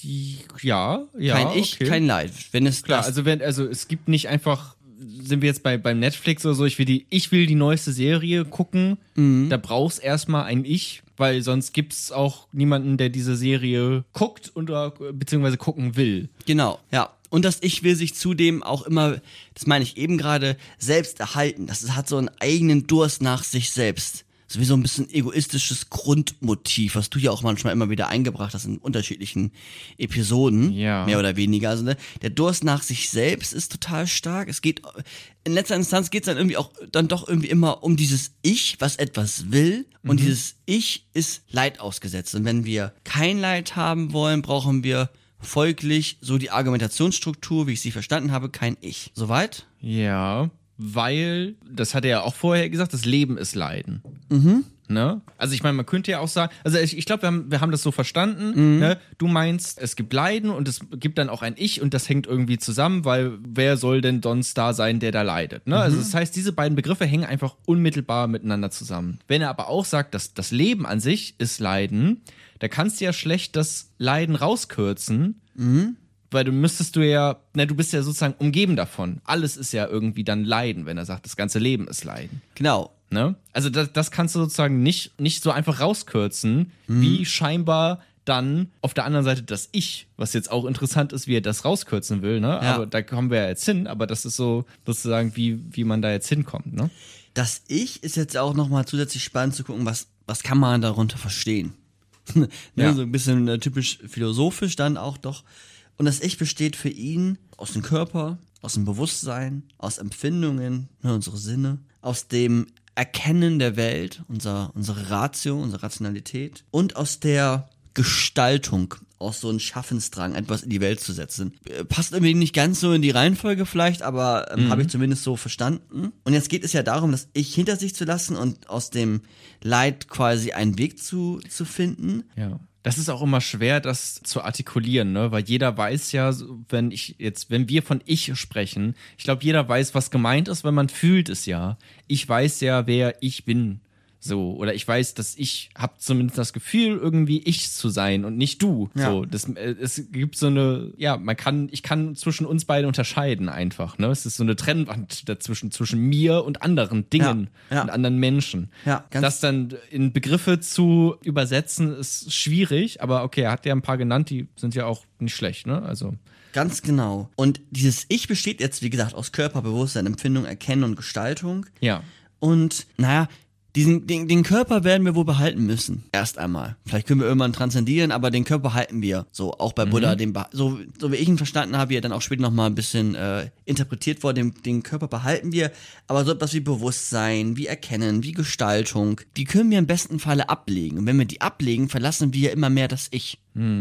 Ja, ja. kein Ich, okay. kein Leid. Wenn es Klar, das, also wenn, also es gibt nicht einfach, sind wir jetzt bei beim Netflix oder so, ich will die, ich will die neueste Serie gucken, da brauchst erstmal ein Ich, weil sonst gibt's auch niemanden, der diese Serie guckt oder beziehungsweise gucken will. Genau, ja. Und das Ich will sich zudem auch immer, das meine ich eben gerade, selbst erhalten. Das hat so einen eigenen Durst nach sich selbst. So wie so ein bisschen egoistisches Grundmotiv, was du ja auch manchmal immer wieder eingebracht hast in unterschiedlichen Episoden. Ja. Mehr oder weniger. Also ne, der Durst nach sich selbst ist total stark. Es geht, in letzter Instanz geht es dann irgendwie auch dann doch irgendwie immer um dieses Ich, was etwas will. Und Mhm. dieses Ich ist Leid ausgesetzt. Und wenn wir kein Leid haben wollen, brauchen wir folglich so die Argumentationsstruktur, wie ich sie verstanden habe, kein Ich. Soweit? Ja, weil, das hat er ja auch vorher gesagt, das Leben ist Leiden. Mhm. Ne? Also ich meine, man könnte ja auch sagen, also ich, ich glaube, wir haben, wir haben das so verstanden, Mhm. ne? Du meinst, es gibt Leiden und es gibt dann auch ein Ich und das hängt irgendwie zusammen, weil wer soll denn sonst da sein, der da leidet? Ne? Mhm. Also das heißt, diese beiden Begriffe hängen einfach unmittelbar miteinander zusammen. Wenn er aber auch sagt, dass das Leben an sich ist Leiden, da kannst du ja schlecht das Leiden rauskürzen, Mhm. weil du müsstest du ja, na, du bist ja sozusagen umgeben davon. Alles ist ja irgendwie dann Leiden, wenn er sagt, das ganze Leben ist Leiden. Genau. Ne? Also das, das kannst du sozusagen nicht, nicht so einfach rauskürzen, wie scheinbar dann auf der anderen Seite das Ich, was jetzt auch interessant ist, wie er das rauskürzen will, ne? Ja. Aber da kommen wir ja jetzt hin, aber das ist so sozusagen, wie, wie man da jetzt hinkommt, ne? Das Ich ist jetzt auch nochmal zusätzlich spannend zu gucken, was, was kann man darunter verstehen. ne, Ja. So ein bisschen äh, typisch philosophisch dann auch doch. Und das Ich besteht für ihn aus dem Körper, aus dem Bewusstsein, aus Empfindungen, ne, unsere Sinne, aus dem Erkennen der Welt, unser, unsere Ratio, unsere Rationalität und aus der Gestaltung, aus so einem Schaffensdrang, etwas in die Welt zu setzen. Äh, Passt irgendwie nicht ganz so in die Reihenfolge vielleicht, aber ähm, habe ich zumindest so verstanden. Und jetzt geht es ja darum, das Ich hinter sich zu lassen und aus dem Leid quasi einen Weg zu, zu finden. Ja. Das ist auch immer schwer, das zu artikulieren, ne? Weil jeder weiß ja, so, wenn ich jetzt, wenn wir von Ich sprechen, ich glaube, jeder weiß, was gemeint ist, weil man fühlt es ja. Ich weiß ja, wer ich bin. So, oder ich weiß, dass ich habe zumindest das Gefühl, irgendwie ich zu sein und nicht du. Ja. So, das, äh, es gibt so eine, ja, man kann, ich kann zwischen uns beiden unterscheiden einfach. Ne, es ist so eine Trennwand dazwischen zwischen mir und anderen Dingen Ja, ja. und anderen Menschen. Ja, ganz- das dann in Begriffe zu übersetzen ist schwierig, aber okay, er hat ja ein paar genannt, die sind ja auch nicht schlecht, ne? Also Ganz genau. Und dieses Ich besteht jetzt, wie gesagt, aus Körper, Bewusstsein, Empfindung, Erkennen und Gestaltung. ja. Und naja, diesen, den, den Körper werden wir wohl behalten müssen. Erst einmal. Vielleicht können wir irgendwann transzendieren, aber den Körper halten wir. So, auch bei Buddha, den, beh- so, so wie ich ihn verstanden habe, wie er dann auch später nochmal ein bisschen äh, interpretiert wurde, den, den Körper behalten wir. Aber so etwas wie Bewusstsein, wie Erkennen, wie Gestaltung, die können wir im besten Falle ablegen. Und wenn wir die ablegen, verlassen wir immer mehr das Ich.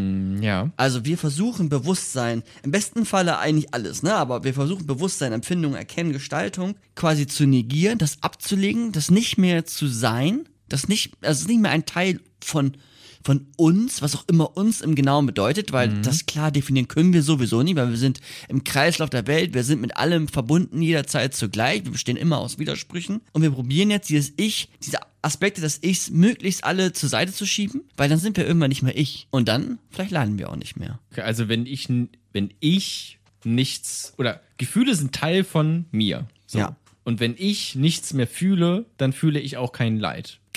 Ja. Also wir versuchen Bewusstsein, im besten Falle eigentlich alles, ne? Aber wir versuchen Bewusstsein, Empfindung, Erkennen, Gestaltung quasi zu negieren, das abzulegen, das nicht mehr zu sein, das nicht, also nicht mehr ein Teil von von uns, was auch immer uns im Genauen bedeutet, weil das klar definieren können wir sowieso nicht, weil wir sind im Kreislauf der Welt, wir sind mit allem verbunden, jederzeit zugleich, wir bestehen immer aus Widersprüchen und wir probieren jetzt dieses Ich, diese Aspekte des Ichs möglichst alle zur Seite zu schieben, weil dann sind wir irgendwann nicht mehr ich und dann vielleicht leiden wir auch nicht mehr. Okay, also wenn ich, n- wenn ich nichts, oder Gefühle sind Teil von mir. So. Ja. Und wenn ich nichts mehr fühle, dann fühle ich auch kein Leid.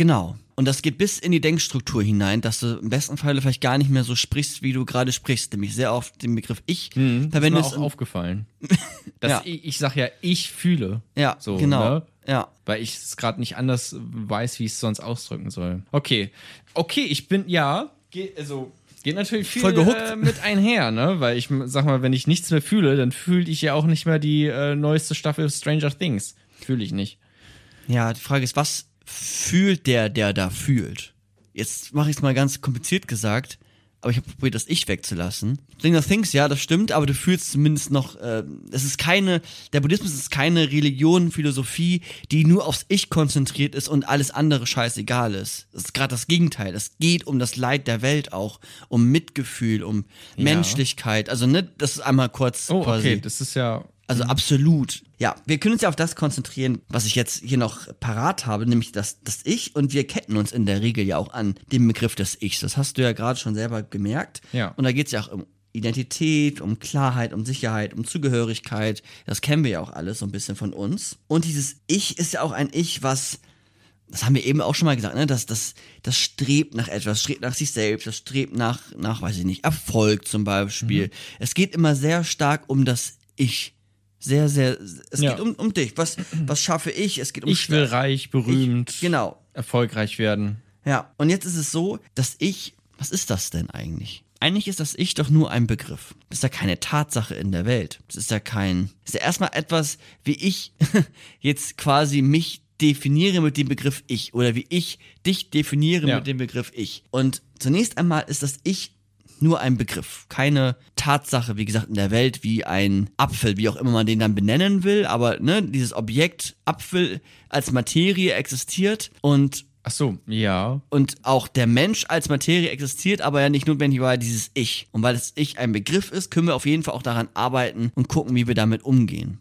Genau. Und das geht bis in die Denkstruktur hinein, dass du im besten Fall vielleicht gar nicht mehr so sprichst, wie du gerade sprichst. Nämlich sehr oft den Begriff Ich Hm, verwendest. ist mir auch aufgefallen. Das, Ja. ich, ich sag ja, ich fühle. Ja, so, genau. Ne? Ja. Weil ich es gerade nicht anders weiß, wie ich es sonst ausdrücken soll. Okay. Okay, ich bin, ja, geht, also, geht natürlich viel Voll gehuckt. äh, mit einher, ne? Weil ich sag mal, wenn ich nichts mehr fühle, dann fühle ich ja auch nicht mehr die äh, neueste Staffel Stranger Things. Fühle ich nicht. Ja, die Frage ist, was fühlt der, der da fühlt? Jetzt mache ich es mal ganz kompliziert gesagt, aber ich habe probiert, das Ich wegzulassen. Stranger Things, ja, das stimmt, aber du fühlst zumindest noch, äh, es ist keine, der Buddhismus ist keine Religion, Philosophie, die nur aufs Ich konzentriert ist und alles andere scheißegal ist. Das ist gerade das Gegenteil. Es geht um das Leid der Welt auch, um Mitgefühl, um Ja. Menschlichkeit. Also, ne, das ist einmal kurz Oh, quasi. okay, das ist ja. Also absolut. Ja, wir können uns ja auf das konzentrieren, was ich jetzt hier noch parat habe, nämlich das, das Ich. Und wir ketten uns in der Regel ja auch an dem Begriff des Ichs. Das hast du ja gerade schon selber gemerkt. Ja. Und da geht es ja auch um Identität, um Klarheit, um Sicherheit, um Zugehörigkeit. Das kennen wir ja auch alles so ein bisschen von uns. Und dieses Ich ist ja auch ein Ich, was, das haben wir eben auch schon mal gesagt, ne, das, das, das strebt nach etwas, strebt nach sich selbst, das strebt nach, nach, weiß ich nicht, Erfolg zum Beispiel. Mhm. Es geht immer sehr stark um das Ich. Sehr, sehr, es Ja. geht um, um dich. Was, was schaffe ich? Es geht um Ich will reich, berühmt, Ich, genau. erfolgreich werden. Ja. Und jetzt ist es so, dass Ich, was ist das denn eigentlich? Eigentlich ist das Ich doch nur ein Begriff. Das ist ja keine Tatsache in der Welt. Das ist ja kein, das ist ja erstmal etwas, wie ich jetzt quasi mich definiere mit dem Begriff Ich oder wie ich dich definiere Ja. mit dem Begriff Ich. Und zunächst einmal ist das Ich nur ein Begriff, keine Tatsache, wie gesagt, in der Welt, wie ein Apfel, wie auch immer man den dann benennen will, aber ne, dieses Objekt Apfel als Materie existiert und Ach so, ja. und auch der Mensch als Materie existiert, aber ja nicht notwendigerweise dieses Ich. Und weil das Ich ein Begriff ist, können wir auf jeden Fall auch daran arbeiten und gucken, wie wir damit umgehen.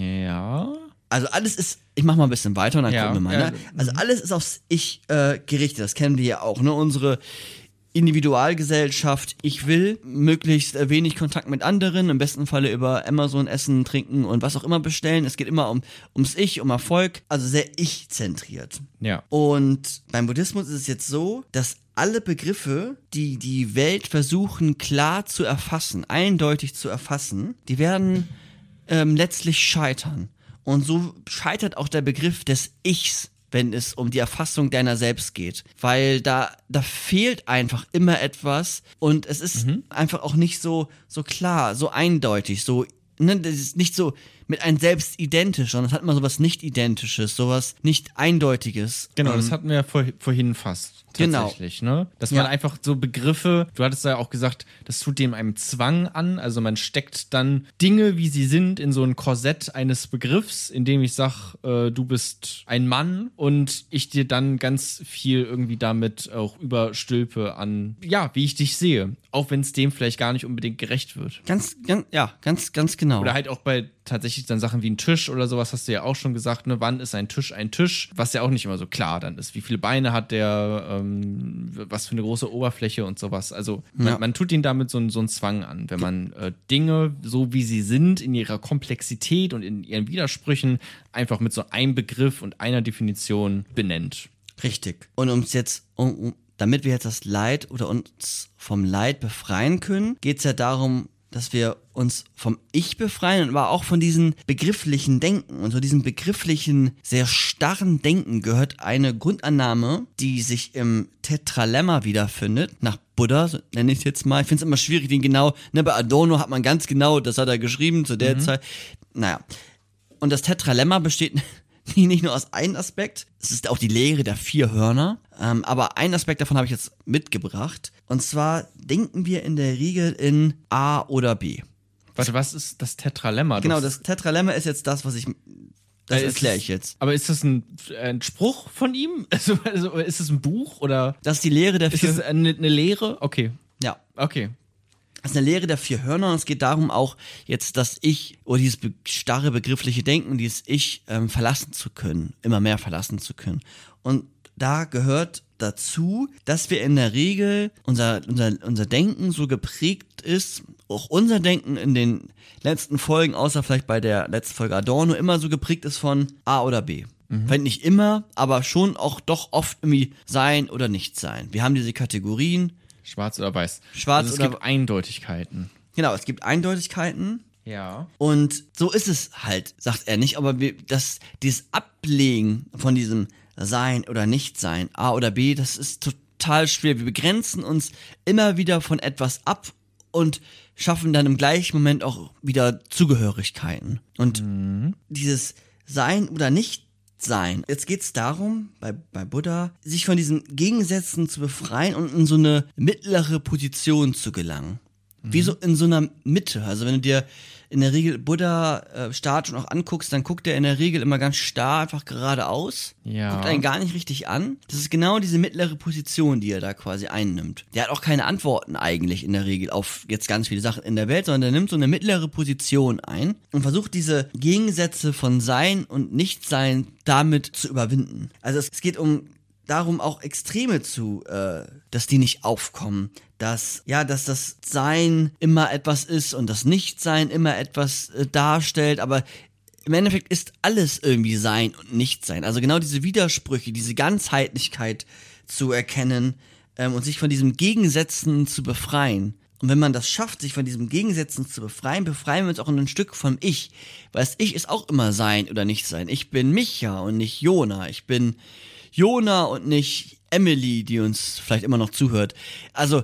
Ja. Also alles ist, ich mach mal ein bisschen weiter und dann Ja, gucken wir mal. ja, Ne? Also alles ist aufs Ich äh, gerichtet, das kennen wir ja auch. Ne? Unsere Individualgesellschaft, ich will möglichst äh, wenig Kontakt mit anderen, im besten Falle über Amazon essen, trinken und was auch immer bestellen. Es geht immer um ums Ich, um Erfolg, also sehr ich-zentriert. Ja. Und beim Buddhismus ist es jetzt so, dass alle Begriffe, die die Welt versuchen klar zu erfassen, eindeutig zu erfassen, die werden ähm, letztlich scheitern. Und so scheitert auch der Begriff des Ichs, wenn es um die Erfassung deiner selbst geht. Weil da, da fehlt einfach immer etwas und es ist Mhm. einfach auch nicht so, so klar, so eindeutig, so, ne, das ist nicht so mit einem selbst identisch, sondern es hat immer sowas nicht Identisches, sowas nicht Eindeutiges. Genau, Ähm, das hatten wir ja vor, vorhin fast Genau. tatsächlich, ne? Dass Ja. man einfach so Begriffe, du hattest ja auch gesagt, das tut dem einem Zwang an, also man steckt dann Dinge, wie sie sind, in so ein Korsett eines Begriffs, in dem ich sag, äh, du bist ein Mann und ich dir dann ganz viel irgendwie damit auch überstülpe an, ja, wie ich dich sehe, auch wenn es dem vielleicht gar nicht unbedingt gerecht wird. Ganz, ganz, ja, ganz, ganz genau. Oder halt auch bei tatsächlich dann Sachen wie ein Tisch oder sowas, hast du ja auch schon gesagt, ne, wann ist ein Tisch ein Tisch, was ja auch nicht immer so klar dann ist. Wie viele Beine hat der, ähm, was für eine große Oberfläche und sowas. Also man, Ja. man tut ihnen damit so, einen- so einen Zwang an, wenn man äh, Dinge, so wie sie sind, in ihrer Komplexität und in ihren Widersprüchen einfach mit so einem Begriff und einer Definition benennt. Richtig. Und ums jetzt, um, um, damit wir jetzt das Leid oder uns vom Leid befreien können, geht es ja darum, dass wir uns vom Ich befreien, aber auch von diesem begrifflichen Denken. Und so diesem begrifflichen, sehr starren Denken gehört eine Grundannahme, die sich im Tetralemma wiederfindet, nach Buddha, so nenne ich es jetzt mal. Ich finde es immer schwierig, den genau, ne, bei Adorno hat man ganz genau, das hat er geschrieben zu der Zeit. Naja. Und das Tetralemma besteht nicht nur aus einem Aspekt, es ist auch die Lehre der vier Hörner, ähm, aber einen Aspekt davon habe ich jetzt mitgebracht. Und zwar denken wir in der Regel in A oder B. Warte, was ist das Tetralemma? Genau, das Tetralemma ist jetzt das, was ich, das Äh, ist erkläre es- ich jetzt. Aber ist das ein, ein Spruch von ihm? Also, also ist es ein Buch oder Das ist die Lehre der ist vier es eine, eine Lehre? Okay, Ja. okay. Das ist eine Lehre der vier Hörner und es geht darum auch jetzt, dass Ich oder dieses be starre begriffliche Denken, dieses Ich ähm, verlassen zu können, immer mehr verlassen zu können. Und da gehört dazu, dass wir in der Regel, unser, unser, unser Denken so geprägt ist, auch unser Denken in den letzten Folgen, außer vielleicht bei der letzten Folge Adorno, immer so geprägt ist von A oder B. Mhm. Vielleicht nicht immer, aber schon auch doch oft irgendwie sein oder nicht sein. Wir haben diese Kategorien. Schwarz oder weiß. Schwarz also es oder gibt Eindeutigkeiten. Genau, es gibt Eindeutigkeiten. Ja. Und so ist es halt, sagt er nicht, aber wir, das, dieses Ablegen von diesem Sein oder Nicht-Sein, A oder B, das ist total schwer. Wir begrenzen uns immer wieder von etwas ab und schaffen dann im gleichen Moment auch wieder Zugehörigkeiten. Und mhm. dieses Sein oder Nicht-Sein, jetzt geht's darum, bei, bei Buddha, sich von diesen Gegensätzen zu befreien und in so eine mittlere Position zu gelangen. Mhm. Wie so in so einer Mitte. Also wenn du dir in der Regel Buddha-Statuen auch anguckst, dann guckt er in der Regel immer ganz starr einfach geradeaus. Ja. Guckt einen gar nicht richtig an. Das ist genau diese mittlere Position, die er da quasi einnimmt. Der hat auch keine Antworten eigentlich in der Regel auf jetzt ganz viele Sachen in der Welt, sondern der nimmt so eine mittlere Position ein und versucht diese Gegensätze von Sein und Nichtsein damit zu überwinden. Also es, es geht um darum, auch Extreme zu, äh, dass die nicht aufkommen. Dass, ja, dass das Sein immer etwas ist und das Nichtsein immer etwas äh, darstellt, aber im Endeffekt ist alles irgendwie Sein und Nichtsein. Also genau diese Widersprüche, diese Ganzheitlichkeit zu erkennen ähm, und sich von diesen Gegensätzen zu befreien. Und wenn man das schafft, sich von diesen Gegensätzen zu befreien, befreien wir uns auch ein Stück vom Ich. Weil das Ich ist auch immer Sein oder Nichtsein. Ich bin Micha und nicht Jona. Ich bin Jona und nicht Emily, die uns vielleicht immer noch zuhört. Also,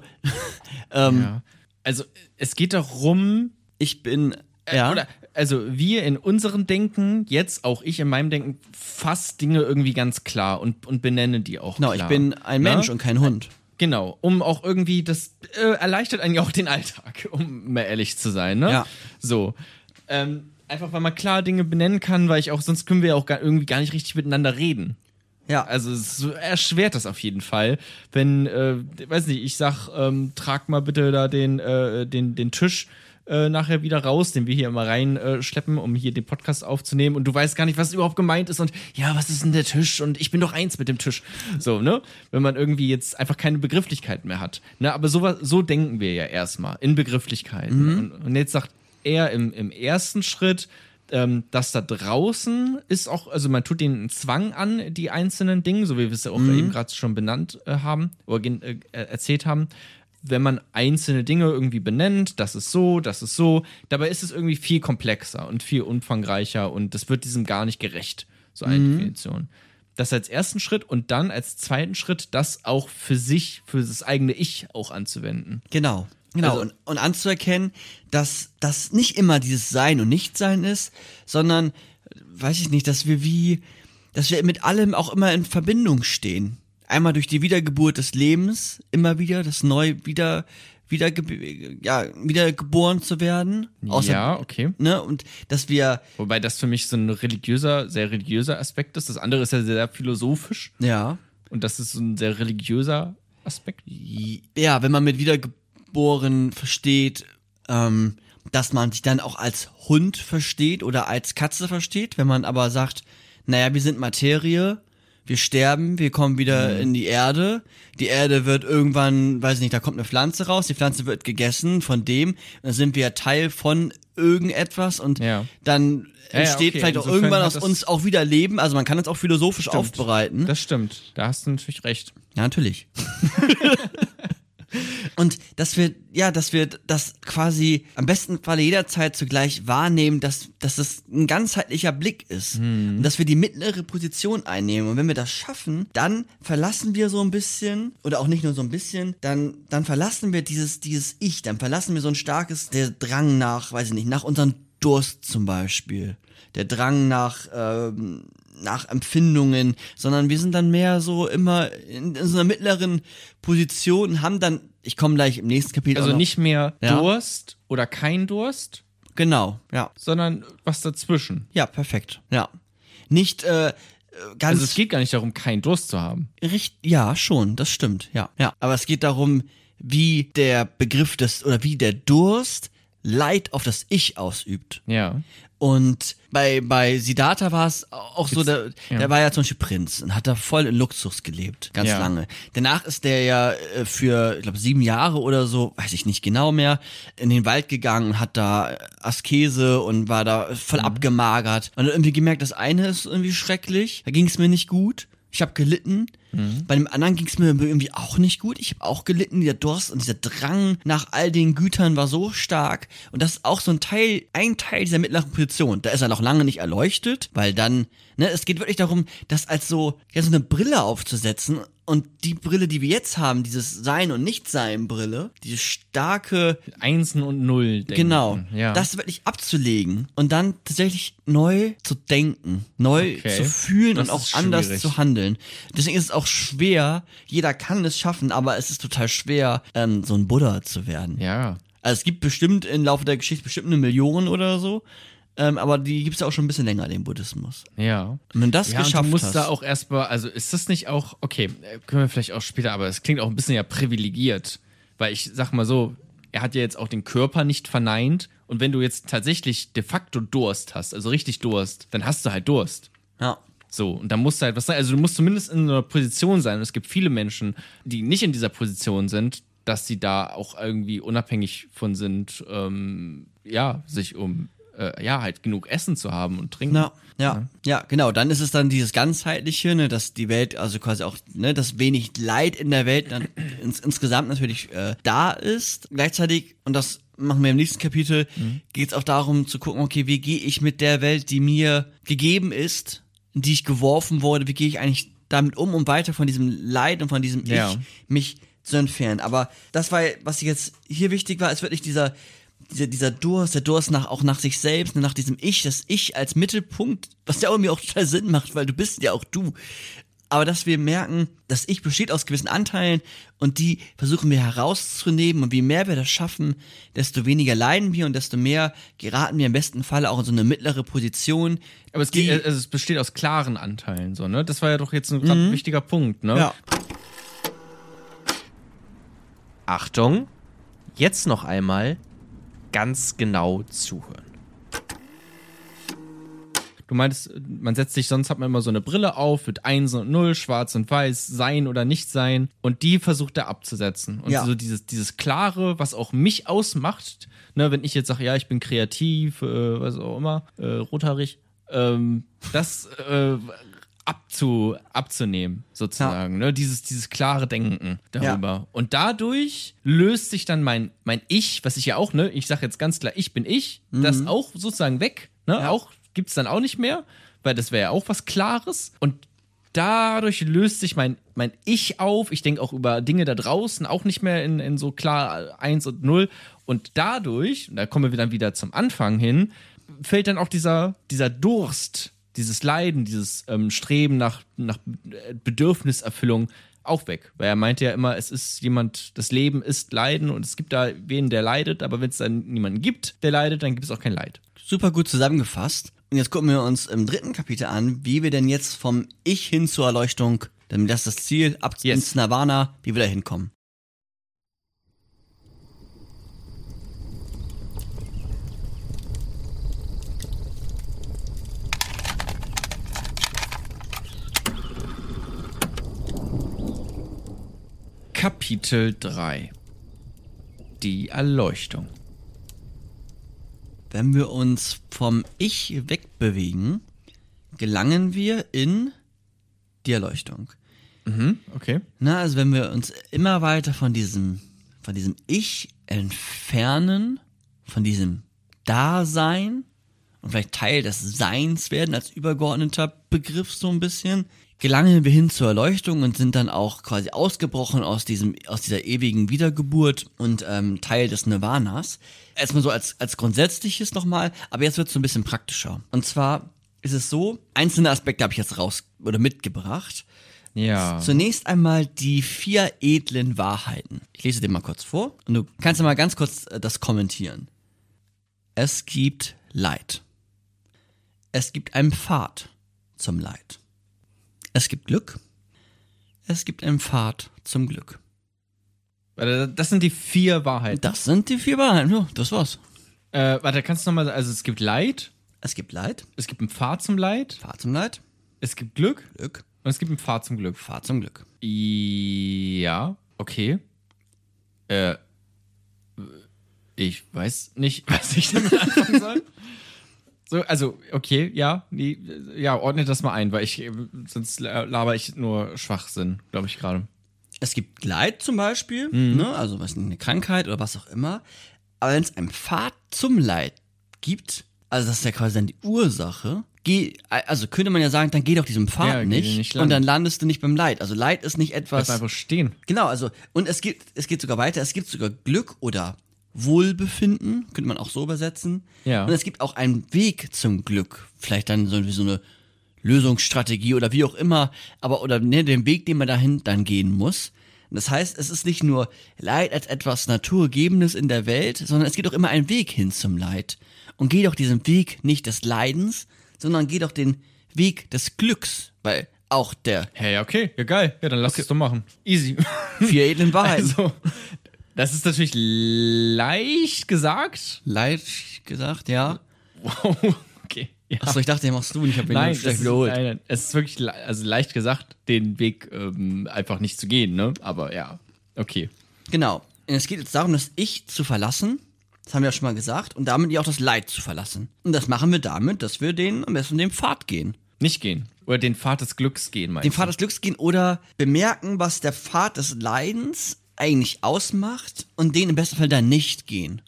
ähm, ja. Also, es geht darum, ich bin, äh, ja. Oder, also, wir in unserem Denken, jetzt auch ich in meinem Denken, fassen Dinge irgendwie ganz klar und, und benennen die auch genau, klar. Ich bin ein Na? Mensch und kein Hund. Genau, um auch irgendwie, das äh, erleichtert einen ja auch den Alltag, um mal ehrlich zu sein, ne? Ja. So, ähm, einfach weil man klar Dinge benennen kann, weil ich auch, sonst können wir ja auch gar, irgendwie gar nicht richtig miteinander reden. Ja. Also es erschwert das auf jeden Fall, wenn, äh, weiß nicht, ich sag, ähm, trag mal bitte da den, äh, den, den Tisch äh, nachher wieder raus, den wir hier immer reinschleppen, äh, um hier den Podcast aufzunehmen und du weißt gar nicht, was überhaupt gemeint ist und ja, was ist denn der Tisch und ich bin doch eins mit dem Tisch. So, ne? Wenn man irgendwie jetzt einfach keine Begrifflichkeit mehr hat. Ne? Aber so, so denken wir ja erstmal, in Begrifflichkeiten. Mhm. Und, und jetzt sagt er im, im ersten Schritt, Ähm, das da draußen ist auch, also man tut den Zwang an, die einzelnen Dinge, so wie wir es ja auch mhm. eben gerade schon benannt äh, haben oder äh, erzählt haben, wenn man einzelne Dinge irgendwie benennt, das ist so, das ist so, dabei ist es irgendwie viel komplexer und viel umfangreicher und das wird diesem gar nicht gerecht, so eine mhm. Definition. Das als ersten Schritt und dann als zweiten Schritt, das auch für sich, für das eigene Ich auch anzuwenden. Genau. Genau, Also, und, und anzuerkennen, dass das nicht immer dieses Sein und Nichtsein ist, sondern, weiß ich nicht, dass wir wie, dass wir mit allem auch immer in Verbindung stehen. Einmal durch die Wiedergeburt des Lebens, immer wieder, das neu wieder, wieder, ja, wieder geboren zu werden. Außer, ja, okay. Ne, und dass wir. Wobei das für mich so ein religiöser, sehr religiöser Aspekt ist. Das andere ist ja sehr philosophisch. Ja. Und das ist so ein sehr religiöser Aspekt. Ja, wenn man mit Wiedergeburt geboren versteht, ähm, dass man sich dann auch als Hund versteht oder als Katze versteht, wenn man aber sagt, naja, wir sind Materie, wir sterben, wir kommen wieder mhm. in die Erde, die Erde wird irgendwann, weiß ich nicht, da kommt eine Pflanze raus, die Pflanze wird gegessen von dem, dann sind wir Teil von irgendetwas und ja. dann ja, entsteht ja, okay. vielleicht auch Insofern irgendwann hat aus das uns auch wieder Leben, also man kann es auch philosophisch stimmt. aufbereiten. Das stimmt, da hast du natürlich recht. Ja, natürlich. Und dass wir, ja, dass wir das quasi am besten Falle jederzeit zugleich wahrnehmen, dass, dass das ein ganzheitlicher Blick ist. Hm. Und dass wir die mittlere Position einnehmen. Und wenn wir das schaffen, dann verlassen wir so ein bisschen, oder auch nicht nur so ein bisschen, dann, dann verlassen wir dieses, dieses Ich, dann verlassen wir so ein starkes, der Drang nach, weiß ich nicht, nach unserem Durst zum Beispiel. Der Drang nach, ähm, nach Empfindungen, sondern wir sind dann mehr so immer in, in so einer mittleren Position und haben dann, ich komme gleich im nächsten Kapitel Also auch noch, nicht mehr ja. Durst oder kein Durst, genau, ja, sondern was dazwischen. ja, perfekt, ja, nicht äh, ganz, Also es geht gar nicht darum, keinen Durst zu haben. Richt, ja, schon, das stimmt, ja, ja, aber es geht darum, wie der Begriff des, oder wie der Durst Leid auf das Ich ausübt. Ja. Und bei, bei Siddhartha war es auch so, der, ja. der war ja zum Beispiel Prinz und hat da voll in Luxus gelebt, ganz Ja. lange. Danach ist der ja äh, für, ich glaube, sieben Jahre oder so, weiß ich nicht genau mehr, in den Wald gegangen und hat da Askese und war da voll Mhm. abgemagert. Und hat irgendwie gemerkt, das eine ist irgendwie schrecklich, da ging es mir nicht gut. Ich habe gelitten. Mhm. Bei dem anderen ging es mir irgendwie auch nicht gut. Ich habe auch gelitten. Dieser Durst und dieser Drang nach all den Gütern war so stark. Und das ist auch so ein Teil, ein Teil dieser mittleren Position. Da ist er noch lange nicht erleuchtet, weil dann, ne, es geht wirklich darum, das als so, ja, so eine Brille aufzusetzen. Und die Brille, die wir jetzt haben, dieses Sein- und Nicht-Sein-Brille, diese starke Einsen und Null denken. Genau, Ja. das wirklich abzulegen und dann tatsächlich neu zu denken, neu Okay. zu fühlen Das und auch ist anders schwierig. zu handeln. Deswegen ist es auch schwer, jeder kann es schaffen, aber es ist total schwer, ähm, so ein Buddha zu werden. Ja. Also es gibt bestimmt im Laufe der Geschichte bestimmt eine Million oder so, ähm, aber die gibt es ja auch schon ein bisschen länger, den Buddhismus. Ja. Und wenn du das Ja, und geschafft du musst hast, da auch erstmal, also ist das nicht auch, okay, äh, können wir vielleicht auch später, aber es klingt auch ein bisschen ja privilegiert, weil ich sag mal so, er hat ja jetzt auch den Körper nicht verneint und wenn du jetzt tatsächlich de facto Durst hast, also richtig Durst, dann hast du halt Durst. ja. So, und dann musst du halt was sein, also du musst zumindest in einer Position sein und es gibt viele Menschen, die nicht in dieser Position sind, dass sie da auch irgendwie unabhängig von sind, ähm, ja, sich um, äh, ja, halt genug Essen zu haben und trinken. Ja, ja, ja, genau. Dann ist es dann dieses ganzheitliche, ne, dass die Welt, also quasi auch, ne, dass wenig Leid in der Welt dann ins, insgesamt natürlich äh, da ist. Gleichzeitig, und das machen wir im nächsten Kapitel, mhm. geht es auch darum zu gucken, okay, wie gehe ich mit der Welt, die mir gegeben ist, in die ich geworfen wurde, wie gehe ich eigentlich damit um, um weiter von diesem Leid und von diesem Ja. Ich mich zu entfernen. Aber das war, was jetzt hier wichtig war, ist wirklich dieser Dieser, dieser Durst, der Durst nach, auch nach sich selbst, nach diesem Ich, das Ich als Mittelpunkt, was ja irgendwie auch total Sinn macht, weil du bist ja auch du. Aber dass wir merken, das Ich besteht aus gewissen Anteilen und die versuchen wir herauszunehmen und je mehr wir das schaffen, desto weniger leiden wir und desto mehr geraten wir im besten Fall auch in so eine mittlere Position. Aber es, die, geht, also es besteht aus klaren Anteilen, so, ne? Das war ja doch jetzt ein grad Mhm. wichtiger Punkt, ne? ja. Achtung, jetzt noch einmal ganz genau zuhören. Du meintest, man setzt sich, sonst hat man immer so eine Brille auf mit Eins und Null, Schwarz und Weiß, Sein oder Nicht-Sein und die versucht er abzusetzen. Und Ja. so dieses, dieses Klare, was auch mich ausmacht, ne, wenn ich jetzt sage, ja, ich bin kreativ, äh, was auch immer, äh, rothaarig, ähm, das äh, abzu, abzunehmen, sozusagen, ne, dieses, dieses klare Denken darüber. Ja. Und dadurch löst sich dann mein, mein Ich, was ich ja auch, ne, ich sage jetzt ganz klar, ich bin ich, das auch sozusagen weg, ne, Ja. auch gibt's dann auch nicht mehr, weil das wäre ja auch was Klares und dadurch löst sich mein, mein Ich auf, ich denke auch über Dinge da draußen, auch nicht mehr in, in so klar eins und null und dadurch, und da kommen wir dann wieder zum Anfang hin, fällt dann auch dieser, dieser Durst, dieses Leiden, dieses ähm, Streben nach, nach Bedürfniserfüllung auch weg, weil er meinte ja immer, es ist jemand, das Leben ist Leiden und es gibt da wen, der leidet, aber wenn es dann niemanden gibt, der leidet, dann gibt es auch kein Leid. Super gut zusammengefasst. Und jetzt gucken wir uns im dritten Kapitel an, wie wir denn jetzt vom Ich hin zur Erleuchtung, denn das ist das Ziel, ab Yes. ins Nirvana, wie wir da hinkommen. Kapitel drei. Die Erleuchtung. Wenn wir uns vom Ich wegbewegen, gelangen wir in die Erleuchtung. Mhm, okay. Na, also wenn wir uns immer weiter von diesem, von diesem Ich entfernen, von diesem Dasein und vielleicht Teil des Seins werden als übergeordneter Begriff so ein bisschen, gelangen wir hin zur Erleuchtung und sind dann auch quasi ausgebrochen aus diesem, aus dieser ewigen Wiedergeburt und ähm, Teil des Nirvanas. Erstmal so als, als Grundsätzliches nochmal, aber jetzt wird es so ein bisschen praktischer. Und zwar ist es so, einzelne Aspekte habe ich jetzt raus oder mitgebracht. Ja. Zunächst einmal die vier edlen Wahrheiten. Ich lese dir mal kurz vor und du kannst ja mal ganz kurz äh, das kommentieren. Es gibt Leid. Es gibt einen Pfad zum Leid. Es gibt Glück. Es gibt einen Pfad zum Glück. Das sind die vier Wahrheiten. Das sind die vier Wahrheiten. Ja, das war's. Äh, warte, kannst du nochmal, also es gibt Leid, Es gibt Leid, es gibt einen Pfad zum Leid, Pfad zum Leid, es gibt Glück Glück, und es gibt einen Pfad zum Glück. Pfad zum Glück. Ja, okay. Äh, ich weiß nicht, was ich damit anfangen soll. So, also, okay, ja, nee, ja, ordne das mal ein, weil ich, sonst laber ich nur Schwachsinn, glaube ich gerade. Es gibt Leid zum Beispiel, Mhm. ne? Also was eine Krankheit oder was auch immer. Aber wenn es einen Pfad zum Leid gibt, also das ist ja quasi dann die Ursache, geh, also könnte man ja sagen, dann geh doch diesem Pfad Ja, geh nicht, nicht lang. und dann landest du nicht beim Leid. Also Leid ist nicht etwas. Bleib einfach stehen. Genau, also und es geht, es geht sogar weiter. Es gibt sogar Glück oder Wohlbefinden, könnte man auch so übersetzen. Ja. Und es gibt auch einen Weg zum Glück. Vielleicht dann so, wie so eine Lösungsstrategie oder wie auch immer, aber oder ne, den Weg, den man dahin dann gehen muss. Und das heißt, es ist nicht nur Leid als etwas Naturgegebenes in der Welt, sondern es geht auch immer einen Weg hin zum Leid. Und geh doch diesen Weg nicht des Leidens, sondern geh doch den Weg des Glücks, weil auch der Hey, ja, okay, ja geil, ja, dann lass es doch machen. Easy. vier edlen Wahrheiten. Also, das ist natürlich leicht gesagt. Leid gesagt, ja. Wow, okay. Ja. Achso, ich dachte, den machst du und ich habe ihn Nein, nur das schlecht ist, wiederholt. nein, nein, es ist wirklich le- also leicht gesagt, den Weg ähm, einfach nicht zu gehen, ne? Aber ja, okay. Genau. Und es geht jetzt darum, das Ich zu verlassen. Das haben wir ja schon mal gesagt. Und damit ja auch das Leid zu verlassen. Und das machen wir damit, dass wir den am besten den Pfad gehen. Nicht gehen. Oder den Pfad des Glücks gehen, meinst Den du? Pfad des Glücks gehen oder bemerken, was der Pfad des Leidens eigentlich ausmacht und den im besten Fall dann nicht gehen.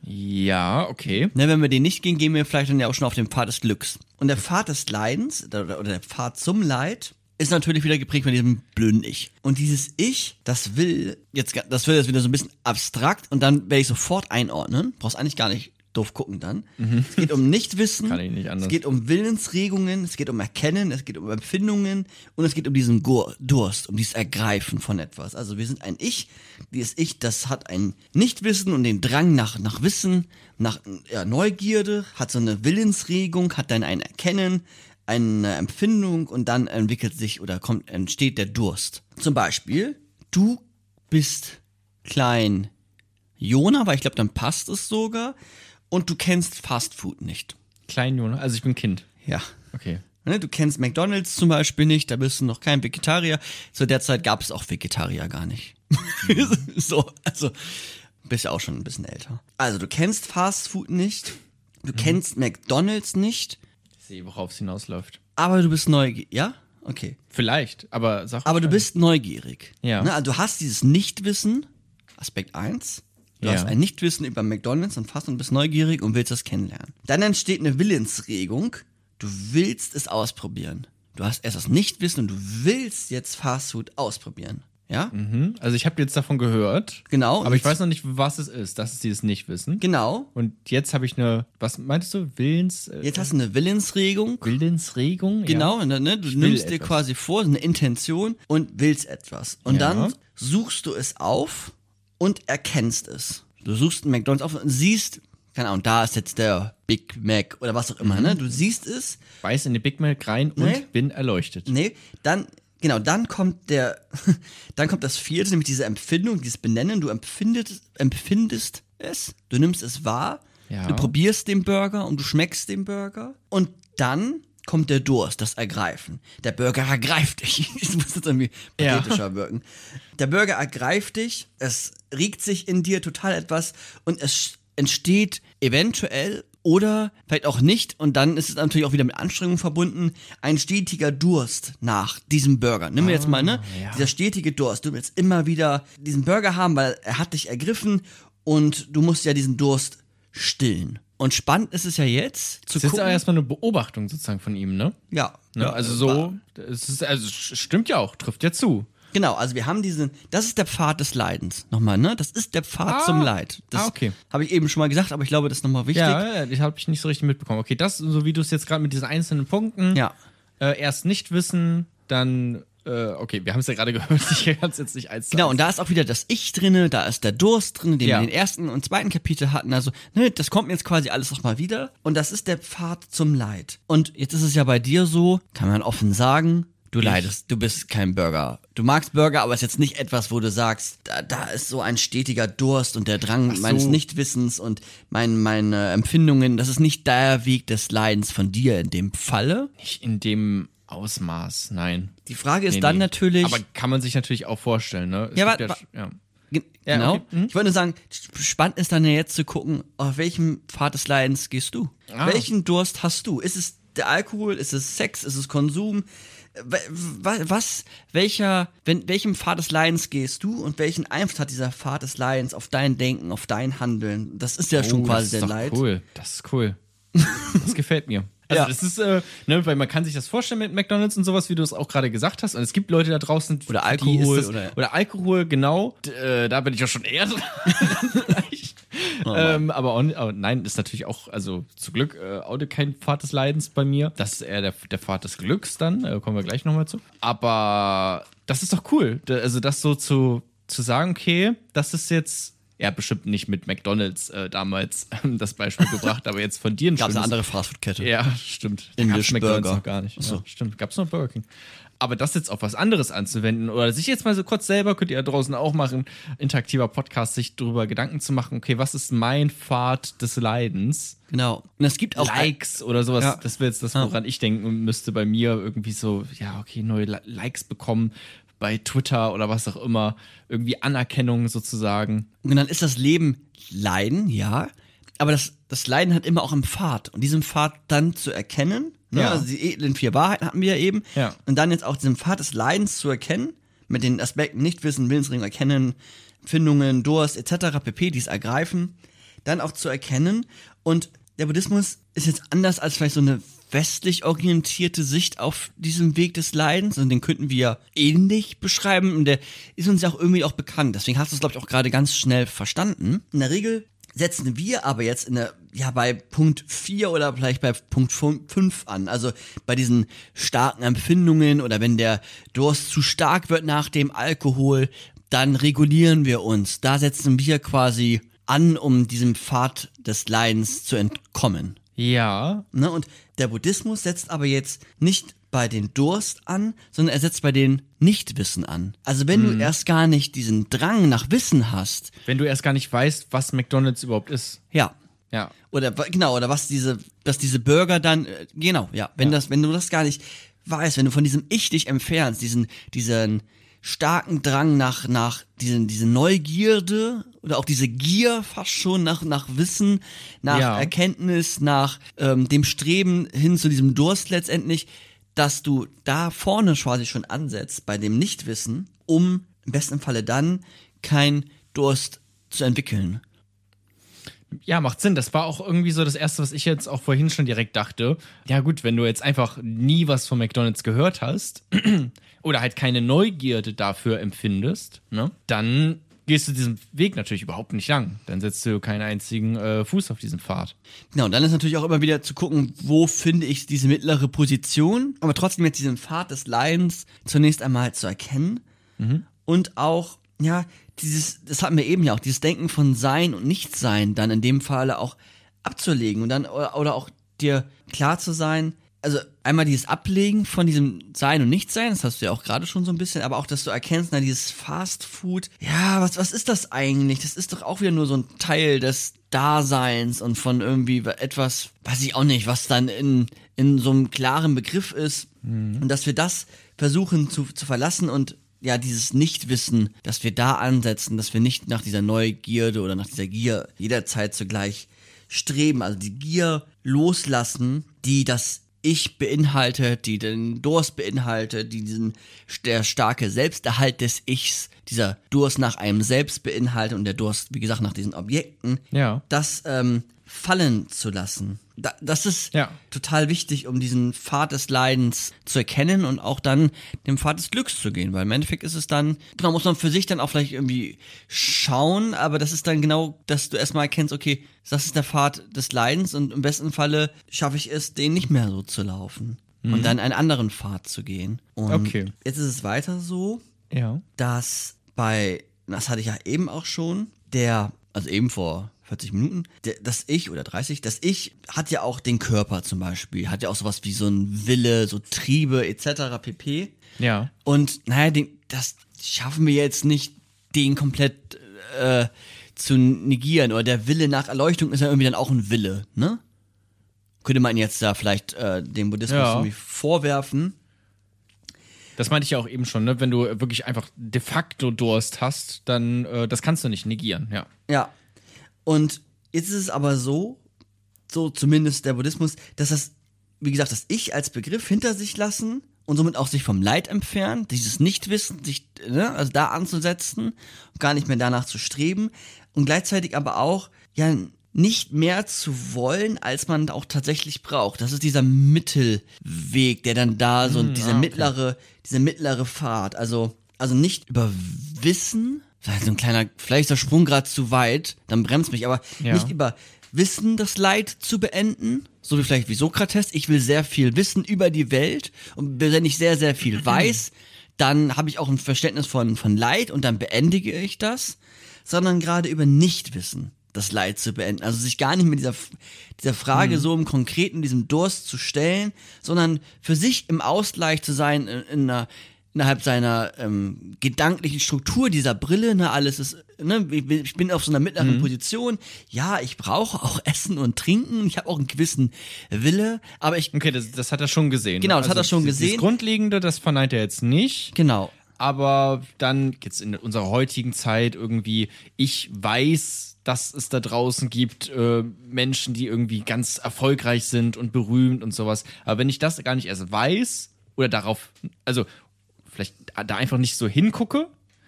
Ja, okay. Ne, wenn wir den nicht gehen, gehen wir vielleicht dann ja auch schon auf den Pfad des Glücks. Und der Pfad des Leidens oder, oder der Pfad zum Leid ist natürlich wieder geprägt von diesem blöden Ich. Und dieses Ich, das will jetzt, ga- das will jetzt wieder so ein bisschen abstrakt und dann werde ich sofort einordnen. Brauchst eigentlich gar nicht doof gucken dann. Es geht um Nichtwissen. Kann ich nicht anders. Es geht um Willensregungen, es geht um Erkennen, es geht um Empfindungen und es geht um diesen Gur- Durst, um dieses Ergreifen von etwas. Also wir sind ein Ich, dieses Ich, das hat ein Nichtwissen und den Drang nach, nach Wissen, nach ja, Neugierde, hat so eine Willensregung, hat dann ein Erkennen, eine Empfindung und dann entwickelt sich oder kommt, entsteht der Durst. Zum Beispiel, du bist klein Jona, weil ich glaube, dann passt es sogar und du kennst Fast Food nicht. Klein Jona, also ich bin Kind. Ja. Okay. Ne, du kennst McDonald's zum Beispiel nicht, da bist du noch kein Vegetarier. Zu der Zeit gab es auch Vegetarier gar nicht. So, also bist ja auch schon ein bisschen älter. Also du kennst Fast Food nicht, du kennst McDonald's nicht, Ich sehe, worauf es hinausläuft. aber du bist neugierig. Ja? Okay. Vielleicht, aber sag Aber du mal. bist neugierig. Ja. Ne, also du hast dieses Nichtwissen, Aspekt eins. Du Ja. hast ein Nichtwissen über McDonald's und Fast und bist neugierig und willst das kennenlernen. Dann entsteht eine Willensregung. Du willst es ausprobieren. Du hast erst das Nichtwissen und du willst jetzt Fast Food ausprobieren. Ja? Mhm. Also ich habe jetzt davon gehört. Genau. Aber und ich weiß noch nicht, was es ist. Das ist dieses Nichtwissen. Genau. Und jetzt habe ich eine, was meintest du? Willens... Äh, Jetzt hast du eine Willensregung. Willensregung? Genau, Ja. ne, ne? du Ich will nimmst dir etwas. quasi vor, eine Intention und willst etwas. Und Ja. dann suchst du es auf und erkennst es. Du suchst einen McDonald's auf und siehst, keine Ahnung, da ist jetzt der Big Mac oder was auch immer, ne? Du siehst es, Beiß in die Big Mac rein und Nee. bin erleuchtet. nee, dann, genau, dann kommt der, dann kommt das vierte, nämlich diese Empfindung, dieses Benennen, du empfindest, empfindest es, du nimmst es wahr, Ja. du probierst den Burger und du schmeckst den Burger und dann kommt der Durst, das Ergreifen. Der Burger ergreift dich. Das muss jetzt irgendwie Ja. pathetischer wirken. Der Burger ergreift dich, es regt sich in dir total etwas und es entsteht eventuell oder vielleicht auch nicht und dann ist es natürlich auch wieder mit Anstrengung verbunden, ein stetiger Durst nach diesem Burger. Nimm mir jetzt mal, ne? ja. Dieser stetige Durst. Du willst immer wieder diesen Burger haben, weil er hat dich ergriffen und du musst ja diesen Durst stillen. Und spannend ist es ja jetzt zu Das ist jetzt gucken. aber erstmal eine Beobachtung sozusagen von ihm, ne? ja, ne? ja, Also war- so, es ist, also sch- stimmt ja auch, trifft ja zu. Genau, also wir haben diesen, das ist der Pfad des Leidens. Nochmal, ne? Das ist der Pfad Ah. zum Leid. Das Ah, okay. habe ich eben schon mal gesagt, aber ich glaube, das ist nochmal wichtig. Ja, ja, das habe ich nicht so richtig mitbekommen. Okay, das, so wie du es jetzt gerade mit diesen einzelnen Punkten, Ja. äh, erst nicht wissen, dann, äh, okay, wir haben es ja gerade gehört, ich kann es jetzt nicht eins zu Genau, eins. und da ist auch wieder das Ich drinne, da ist der Durst drin, den Ja. wir in den ersten und zweiten Kapitel hatten. Also, ne, das kommt mir jetzt quasi alles nochmal wieder. Und das ist der Pfad zum Leid. Und jetzt ist es ja bei dir so, kann man offen sagen, Du leidest, du bist kein Burger. Du magst Burger, aber es ist jetzt nicht etwas, wo du sagst, da, da ist so ein stetiger Durst und der Drang so. meines Nichtwissens und mein, meine Empfindungen. Das ist nicht der Weg des Leidens von dir in dem Falle. Nicht in dem Ausmaß, nein. Die Frage ist Nee, dann nee. natürlich... Aber kann man sich natürlich auch vorstellen, ne? Es Ja, gibt wa- ja, ja. Ge- Ja, genau. okay. Mhm. Ich wollte nur sagen, spannend ist dann ja jetzt zu gucken, auf welchem Pfad des Leidens gehst du? Ah. Welchen Durst hast du? Ist es der Alkohol? Ist es Sex? Ist es Konsum? Was, was welcher, wenn, welchem Pfad des Leidens gehst du und welchen Einfluss hat dieser Pfad des Leidens auf dein Denken, auf dein Handeln? Das ist ja schon Oh, quasi das der ist doch Leid. cool. Das ist cool. Das gefällt mir. Also Ja. das ist, äh, ne, weil man kann sich das vorstellen mit McDonalds und sowas, wie du es auch gerade gesagt hast. Und es gibt Leute da draußen, Oder für die Alkohol ist das, oder- oder Alkohol, genau. D äh, da bin ich ja schon eher dran. Vielleicht. Oh ähm, aber, auch, aber nein, ist natürlich auch, also zu Glück, äh, auch kein Pfad des Leidens bei mir. Das ist eher der, der Pfad des Glücks dann, äh, kommen wir gleich nochmal zu. Aber das ist doch cool. Da, also das so zu, zu sagen, okay, das ist jetzt, ja, bestimmt nicht mit McDonalds äh, damals ähm, das Beispiel gebracht, aber jetzt von dir ein Gab es eine schönes- andere Fastfood-Kette? Ja, stimmt. Da English gab's McDonald's Burger. noch gar nicht. Ach so. Ja, stimmt. Gab's noch Burger King. Aber das jetzt auf was anderes anzuwenden oder sich jetzt mal so kurz selber, könnt ihr ja draußen auch machen, interaktiver Podcast, sich darüber Gedanken zu machen, okay, was ist mein Pfad des Leidens? Genau. Und es gibt auch Likes oder sowas, Ja. das wäre jetzt das, Ja. woran ich denken müsste bei mir, irgendwie so, ja, okay, neue Li- Likes bekommen bei Twitter oder was auch immer, irgendwie Anerkennung sozusagen. Und dann ist das Leben Leiden, ja. Aber das, das Leiden hat immer auch einen Pfad. Und diesen Pfad dann zu erkennen, ne? Ja. Also die edlen vier Wahrheiten hatten wir ja eben. Ja. Und dann jetzt auch diesen Pfad des Leidens zu erkennen, mit den Aspekten Nichtwissen, Willensring erkennen, Empfindungen, Durst et cetera pp., die es ergreifen, dann auch zu erkennen. Und der Buddhismus ist jetzt anders als vielleicht so eine westlich orientierte Sicht auf diesem Weg des Leidens, und den könnten wir ähnlich beschreiben, und der ist uns ja auch irgendwie auch bekannt. Deswegen hast du es, glaube ich, auch gerade ganz schnell verstanden. In der Regel setzen wir aber jetzt in der, ja, bei Punkt vier oder vielleicht bei Punkt fünf an. Also bei diesen starken Empfindungen oder wenn der Durst zu stark wird nach dem Alkohol, dann regulieren wir uns. Da setzen wir quasi an, um diesem Pfad des Leidens zu entkommen. Ja. Ne? Und der Buddhismus setzt aber jetzt nicht bei den Durst an, sondern er setzt bei den Nichtwissen an. Also wenn du erst gar nicht diesen Drang nach Wissen hast, Wenn du erst gar nicht weißt, was McDonalds überhaupt ist. ja, Ja. oder wa- genau, oder was diese, dass diese Burger dann, äh, genau, ja, wenn Ja. das, wenn du das gar nicht weißt, wenn du von diesem Ich dich entfernst, diesen, diesen starken Drang nach, nach diesen, diese Neugierde oder auch diese Gier fast schon nach, nach Wissen, nach Ja. Erkenntnis, nach ähm, dem Streben hin zu diesem Durst letztendlich, dass du da vorne quasi schon ansetzt bei dem Nichtwissen, um im besten Falle dann kein Durst zu entwickeln. Ja, macht Sinn. Das war auch irgendwie so das Erste, was ich jetzt auch vorhin schon direkt dachte. Ja gut, wenn du jetzt einfach nie was von McDonalds gehört hast oder halt keine Neugierde dafür empfindest, ne, dann gehst du diesen Weg natürlich überhaupt nicht lang. Dann setzt du keinen einzigen äh, Fuß auf diesen Pfad. Genau, und dann ist natürlich auch immer wieder zu gucken, wo finde ich diese mittlere Position, aber trotzdem jetzt diesen Pfad des Leidens zunächst einmal zu erkennen und auch, ja, dieses, das hatten wir eben ja auch, dieses Denken von Sein und Nichtsein dann in dem Falle auch abzulegen und dann, oder, oder auch dir klar zu sein, also einmal dieses Ablegen von diesem Sein und Nichtsein, das hast du ja auch gerade schon so ein bisschen, aber auch, dass du erkennst, na, dieses Fast Food, ja, was, was ist das eigentlich? Das ist doch auch wieder nur so ein Teil des Daseins und von irgendwie etwas, weiß ich auch nicht, was dann in, in so einem klaren Begriff ist. Und dass wir das versuchen zu, zu verlassen und ja, dieses Nichtwissen, dass wir da ansetzen, dass wir nicht nach dieser Neugierde oder nach dieser Gier jederzeit zugleich streben, also die Gier loslassen, die das Ich beinhaltet, die den Durst beinhaltet, die diesen der starke Selbsterhalt des Ichs, dieser Durst nach einem Selbst beinhaltet und der Durst, wie gesagt, nach diesen Objekten, Ja. das ähm, fallen zu lassen. Da, das ist Ja. total wichtig, um diesen Pfad des Leidens zu erkennen und auch dann dem Pfad des Glücks zu gehen, weil im Endeffekt ist es dann, genau, muss man für sich dann auch vielleicht irgendwie schauen, aber das ist dann genau, dass du erstmal erkennst, okay, das ist der Pfad des Leidens und im besten Falle schaffe ich es, den nicht mehr so zu laufen und dann einen anderen Pfad zu gehen. Und Okay. jetzt ist es weiter so, Ja. dass bei, das hatte ich ja eben auch schon, der, also eben vor vierzig Minuten. Der, das Ich oder dreißig, das Ich hat ja auch den Körper zum Beispiel, hat ja auch sowas wie so ein Wille, so Triebe et cetera pp. Ja. Und naja, den, das schaffen wir jetzt nicht, den komplett äh, zu negieren. Oder der Wille nach Erleuchtung ist ja irgendwie dann auch ein Wille, ne? Könnte man jetzt da vielleicht äh, dem Buddhismus Ja. irgendwie vorwerfen. Das meinte ich ja auch eben schon, ne? Wenn du wirklich einfach de facto Durst hast, dann äh, das kannst du nicht negieren, ja. Ja. Und jetzt ist es aber so, so zumindest der Buddhismus, dass das, wie gesagt, das Ich als Begriff hinter sich lassen und somit auch sich vom Leid entfernen, dieses Nichtwissen, sich ne, also da anzusetzen und gar nicht mehr danach zu streben und gleichzeitig aber auch ja nicht mehr zu wollen, als man auch tatsächlich braucht. Das ist dieser Mittelweg, der dann da so Hm, dieser ah, okay. mittlere, dieser mittlere Pfad, also also nicht über Wissen, vielleicht so ein kleiner, vielleicht ist der Sprung gerade zu weit, dann bremst mich, aber Ja. nicht über Wissen, das Leid zu beenden, so wie vielleicht wie Sokrates, ich will sehr viel wissen über die Welt und wenn ich sehr, sehr viel weiß, dann habe ich auch ein Verständnis von, von Leid und dann beendige ich das, sondern gerade über Nichtwissen das Leid zu beenden. Also sich gar nicht mit dieser, dieser Frage Mhm. so im Konkreten, diesem Durst zu stellen, sondern für sich im Ausgleich zu sein in, in einer innerhalb seiner ähm, gedanklichen Struktur dieser Brille, ne, alles ist, ne, ich ich bin auf so einer mittleren Mhm. Position, ja, ich brauche auch Essen und Trinken, ich habe auch einen gewissen Wille, aber ich, Okay, das, das hat er schon gesehen. Genau, ne? das hat er schon dieses- gesehen. Das Grundlegende, das verneint er jetzt nicht. genau, Aber dann jetzt in unserer heutigen Zeit irgendwie, ich weiß, dass es da draußen gibt äh, Menschen, die irgendwie ganz erfolgreich sind und berühmt und sowas. Aber wenn ich das gar nicht erst weiß oder darauf, also vielleicht da einfach nicht so hingucke,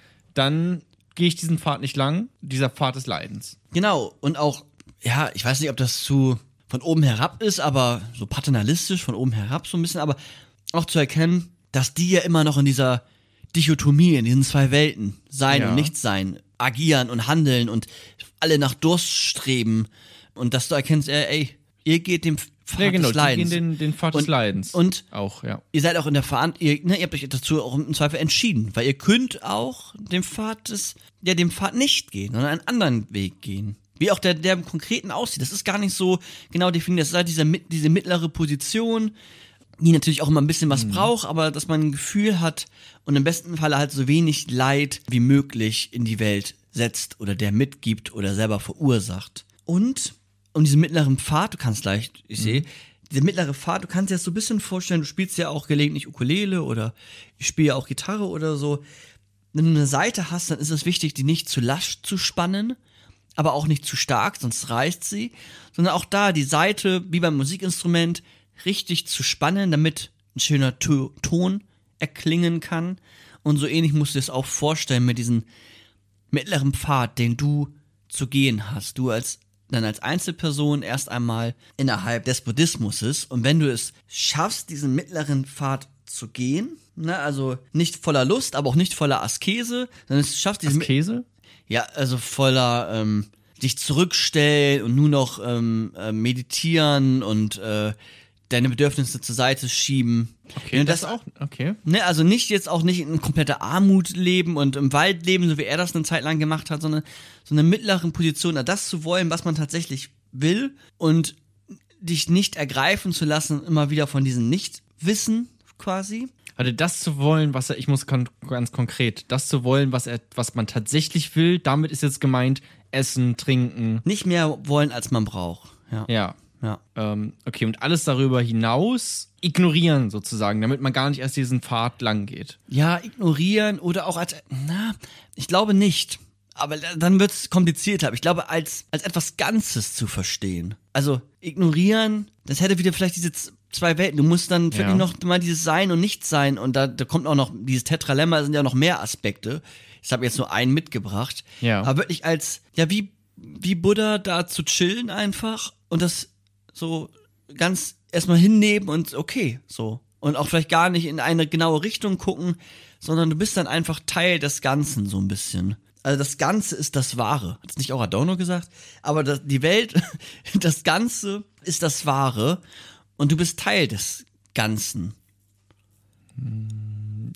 dann gehe ich diesen Pfad nicht lang, dieser Pfad des Leidens. genau, und auch, ja, ich weiß nicht, ob das zu von oben herab ist, aber so paternalistisch von oben herab so ein bisschen, aber auch zu erkennen, dass die ja immer noch in dieser Dichotomie, in diesen zwei Welten, Sein Ja. und Nichtsein, agieren und handeln und alle nach Durst streben und dass du erkennst, ey, ey ihr geht dem Pfad Ja, genau, des die Leidens. gehen den, den Pfad des Und- Leidens. und- auch, ja. Ihr seid auch in der Verantwortung, ihr, ne, ihr habt euch dazu auch im Zweifel entschieden, weil ihr könnt auch dem Pfad des, ja, dem Pfad nicht gehen, sondern einen anderen Weg gehen. Wie auch der, der im Konkreten aussieht. Das ist gar nicht so genau definiert. Das ist halt diese, mit- diese mittlere Position, die natürlich auch immer ein bisschen was braucht, aber dass man ein Gefühl hat und im besten Falle halt so wenig Leid wie möglich in die Welt setzt oder der mitgibt oder selber verursacht. Und um diesen mittleren Pfad, du kannst leicht, ich sehe, dieser mittlere Pfad, du kannst dir das so ein bisschen vorstellen, du spielst ja auch gelegentlich Ukulele oder ich spiele ja auch Gitarre oder so. Wenn du eine Seite hast, dann ist es wichtig, die nicht zu lasch zu spannen, aber auch nicht zu stark, sonst reißt sie, sondern auch da die Seite, wie beim Musikinstrument, richtig zu spannen, damit ein schöner To- Ton erklingen kann. Und so ähnlich musst du dir das auch vorstellen mit diesem mittleren Pfad, den du zu gehen hast. Du als dann als Einzelperson erst einmal innerhalb des Buddhismus. Und wenn du es schaffst, diesen mittleren Pfad zu gehen, ne, also nicht voller Lust, aber auch nicht voller Askese, sondern es schaffst diesen Käse? ja, also voller ähm, dich zurückstellen und nur noch ähm, äh, meditieren und äh, deine Bedürfnisse zur Seite schieben. Okay, Wenn du das, auch, okay. Ne, also nicht jetzt auch nicht in kompletter Armut leben und im Wald leben, so wie er das eine Zeit lang gemacht hat, sondern so eine mittleren Position, das zu wollen, was man tatsächlich will und dich nicht ergreifen zu lassen, immer wieder von diesem Nichtwissen quasi. Also das zu wollen, was er, ich muss kon ganz konkret, das zu wollen, was er, was man tatsächlich will, damit ist jetzt gemeint, essen, trinken. Nicht mehr wollen, als man braucht. Ja. Ja. Ja. Ähm, okay, und alles darüber hinaus ignorieren sozusagen, damit man gar nicht erst diesen Pfad lang geht. Ja, ignorieren oder auch als, na, ich glaube nicht. Aber dann wird es komplizierter. Aber ich glaube, als, als etwas Ganzes zu verstehen. Also ignorieren, das hätte wieder vielleicht diese z- zwei Welten. Du musst dann wirklich Ja. noch mal dieses Sein und Nichtsein und da, da kommt auch noch dieses Tetralemma, sind ja noch mehr Aspekte. Ich habe jetzt nur einen mitgebracht. Ja. Aber wirklich als, ja, wie, wie Buddha da zu chillen einfach und das so ganz erstmal hinnehmen und okay, so. Und auch vielleicht gar nicht in eine genaue Richtung gucken, sondern du bist dann einfach Teil des Ganzen so ein bisschen. Also das Ganze ist das Wahre. Hat es nicht auch Adorno gesagt? Aber das, die Welt, das Ganze ist das Wahre und du bist Teil des Ganzen.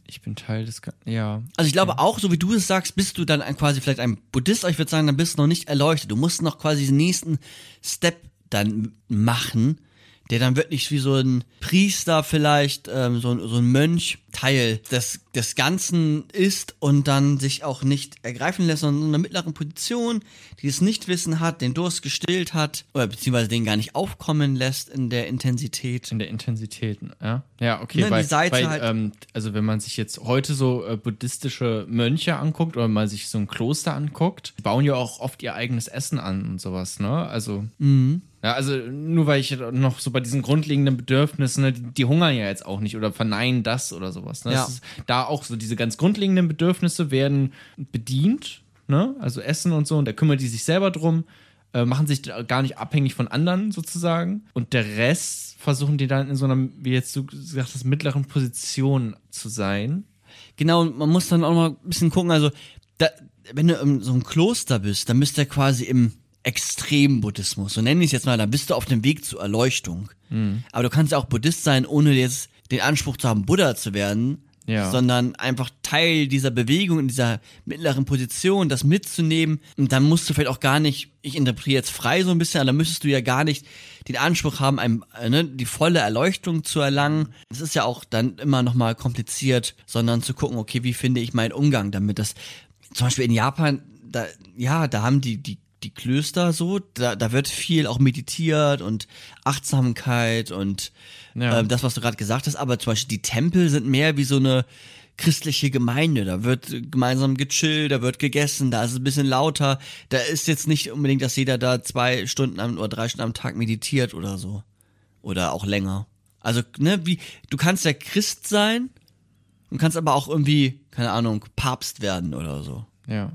Ich bin Teil des, Ga- ja. Also ich glaube auch, so wie du es sagst, bist du dann ein, quasi vielleicht ein Buddhist, aber ich würde sagen, dann bist du noch nicht erleuchtet. Du musst noch quasi den nächsten Step dann machen, der dann wirklich wie so ein Priester vielleicht, ähm, so, ein- so ein Mönch Teil des, des Ganzen ist und dann sich auch nicht ergreifen lässt, sondern in einer mittleren Position, die das Nichtwissen hat, den Durst gestillt hat oder beziehungsweise den gar nicht aufkommen lässt in der Intensität. In der Intensität, ja. Ja, okay, Ne, die weil, Seite weil halt- ähm, also wenn man sich jetzt heute so äh, buddhistische Mönche anguckt oder mal sich so ein Kloster anguckt, die bauen ja auch oft ihr eigenes Essen an und sowas, ne? Also, ja, also nur weil ich noch so bei diesen grundlegenden Bedürfnissen, ne, die, die hungern ja jetzt auch nicht oder verneinen das oder sowas, ne? Ja. Das ist, da auch so diese ganz grundlegenden Bedürfnisse werden bedient, ne? Also Essen und so, und da kümmern die sich selber drum, äh, machen sich da gar nicht abhängig von anderen sozusagen. Und der Rest versuchen die dann in so einer, wie jetzt du gesagt hast, mittleren Position zu sein. Genau, und man muss dann auch noch ein bisschen gucken, also da, wenn du in so einem Kloster bist, dann bist du ja quasi im Extrembuddhismus, so nenne ich es jetzt mal, dann bist du auf dem Weg zur Erleuchtung. Aber du kannst ja auch Buddhist sein, ohne jetzt den Anspruch zu haben, Buddha zu werden, Ja. sondern einfach Teil dieser Bewegung, in dieser mittleren Position, das mitzunehmen. Und dann musst du vielleicht auch gar nicht, ich interpretiere jetzt frei so ein bisschen, aber dann müsstest du ja gar nicht den Anspruch haben, einem, äh, ne, die volle Erleuchtung zu erlangen. Das ist ja auch dann immer nochmal kompliziert, sondern zu gucken, okay, wie finde ich meinen Umgang damit? Das, zum Beispiel in Japan, da, ja, da haben die, die die Klöster so, da, da wird viel auch meditiert und Achtsamkeit und Ja. ähm, das, was du gerade gesagt hast, aber zum Beispiel die Tempel sind mehr wie so eine christliche Gemeinde, da wird gemeinsam gechillt, da wird gegessen, da ist es ein bisschen lauter, da ist jetzt nicht unbedingt, dass jeder da zwei Stunden am, oder drei Stunden am Tag meditiert oder so. Oder auch länger. Also, ne, wie, du kannst ja Christ sein und kannst aber auch irgendwie, keine Ahnung, Papst werden oder so. Ja.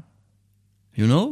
You know?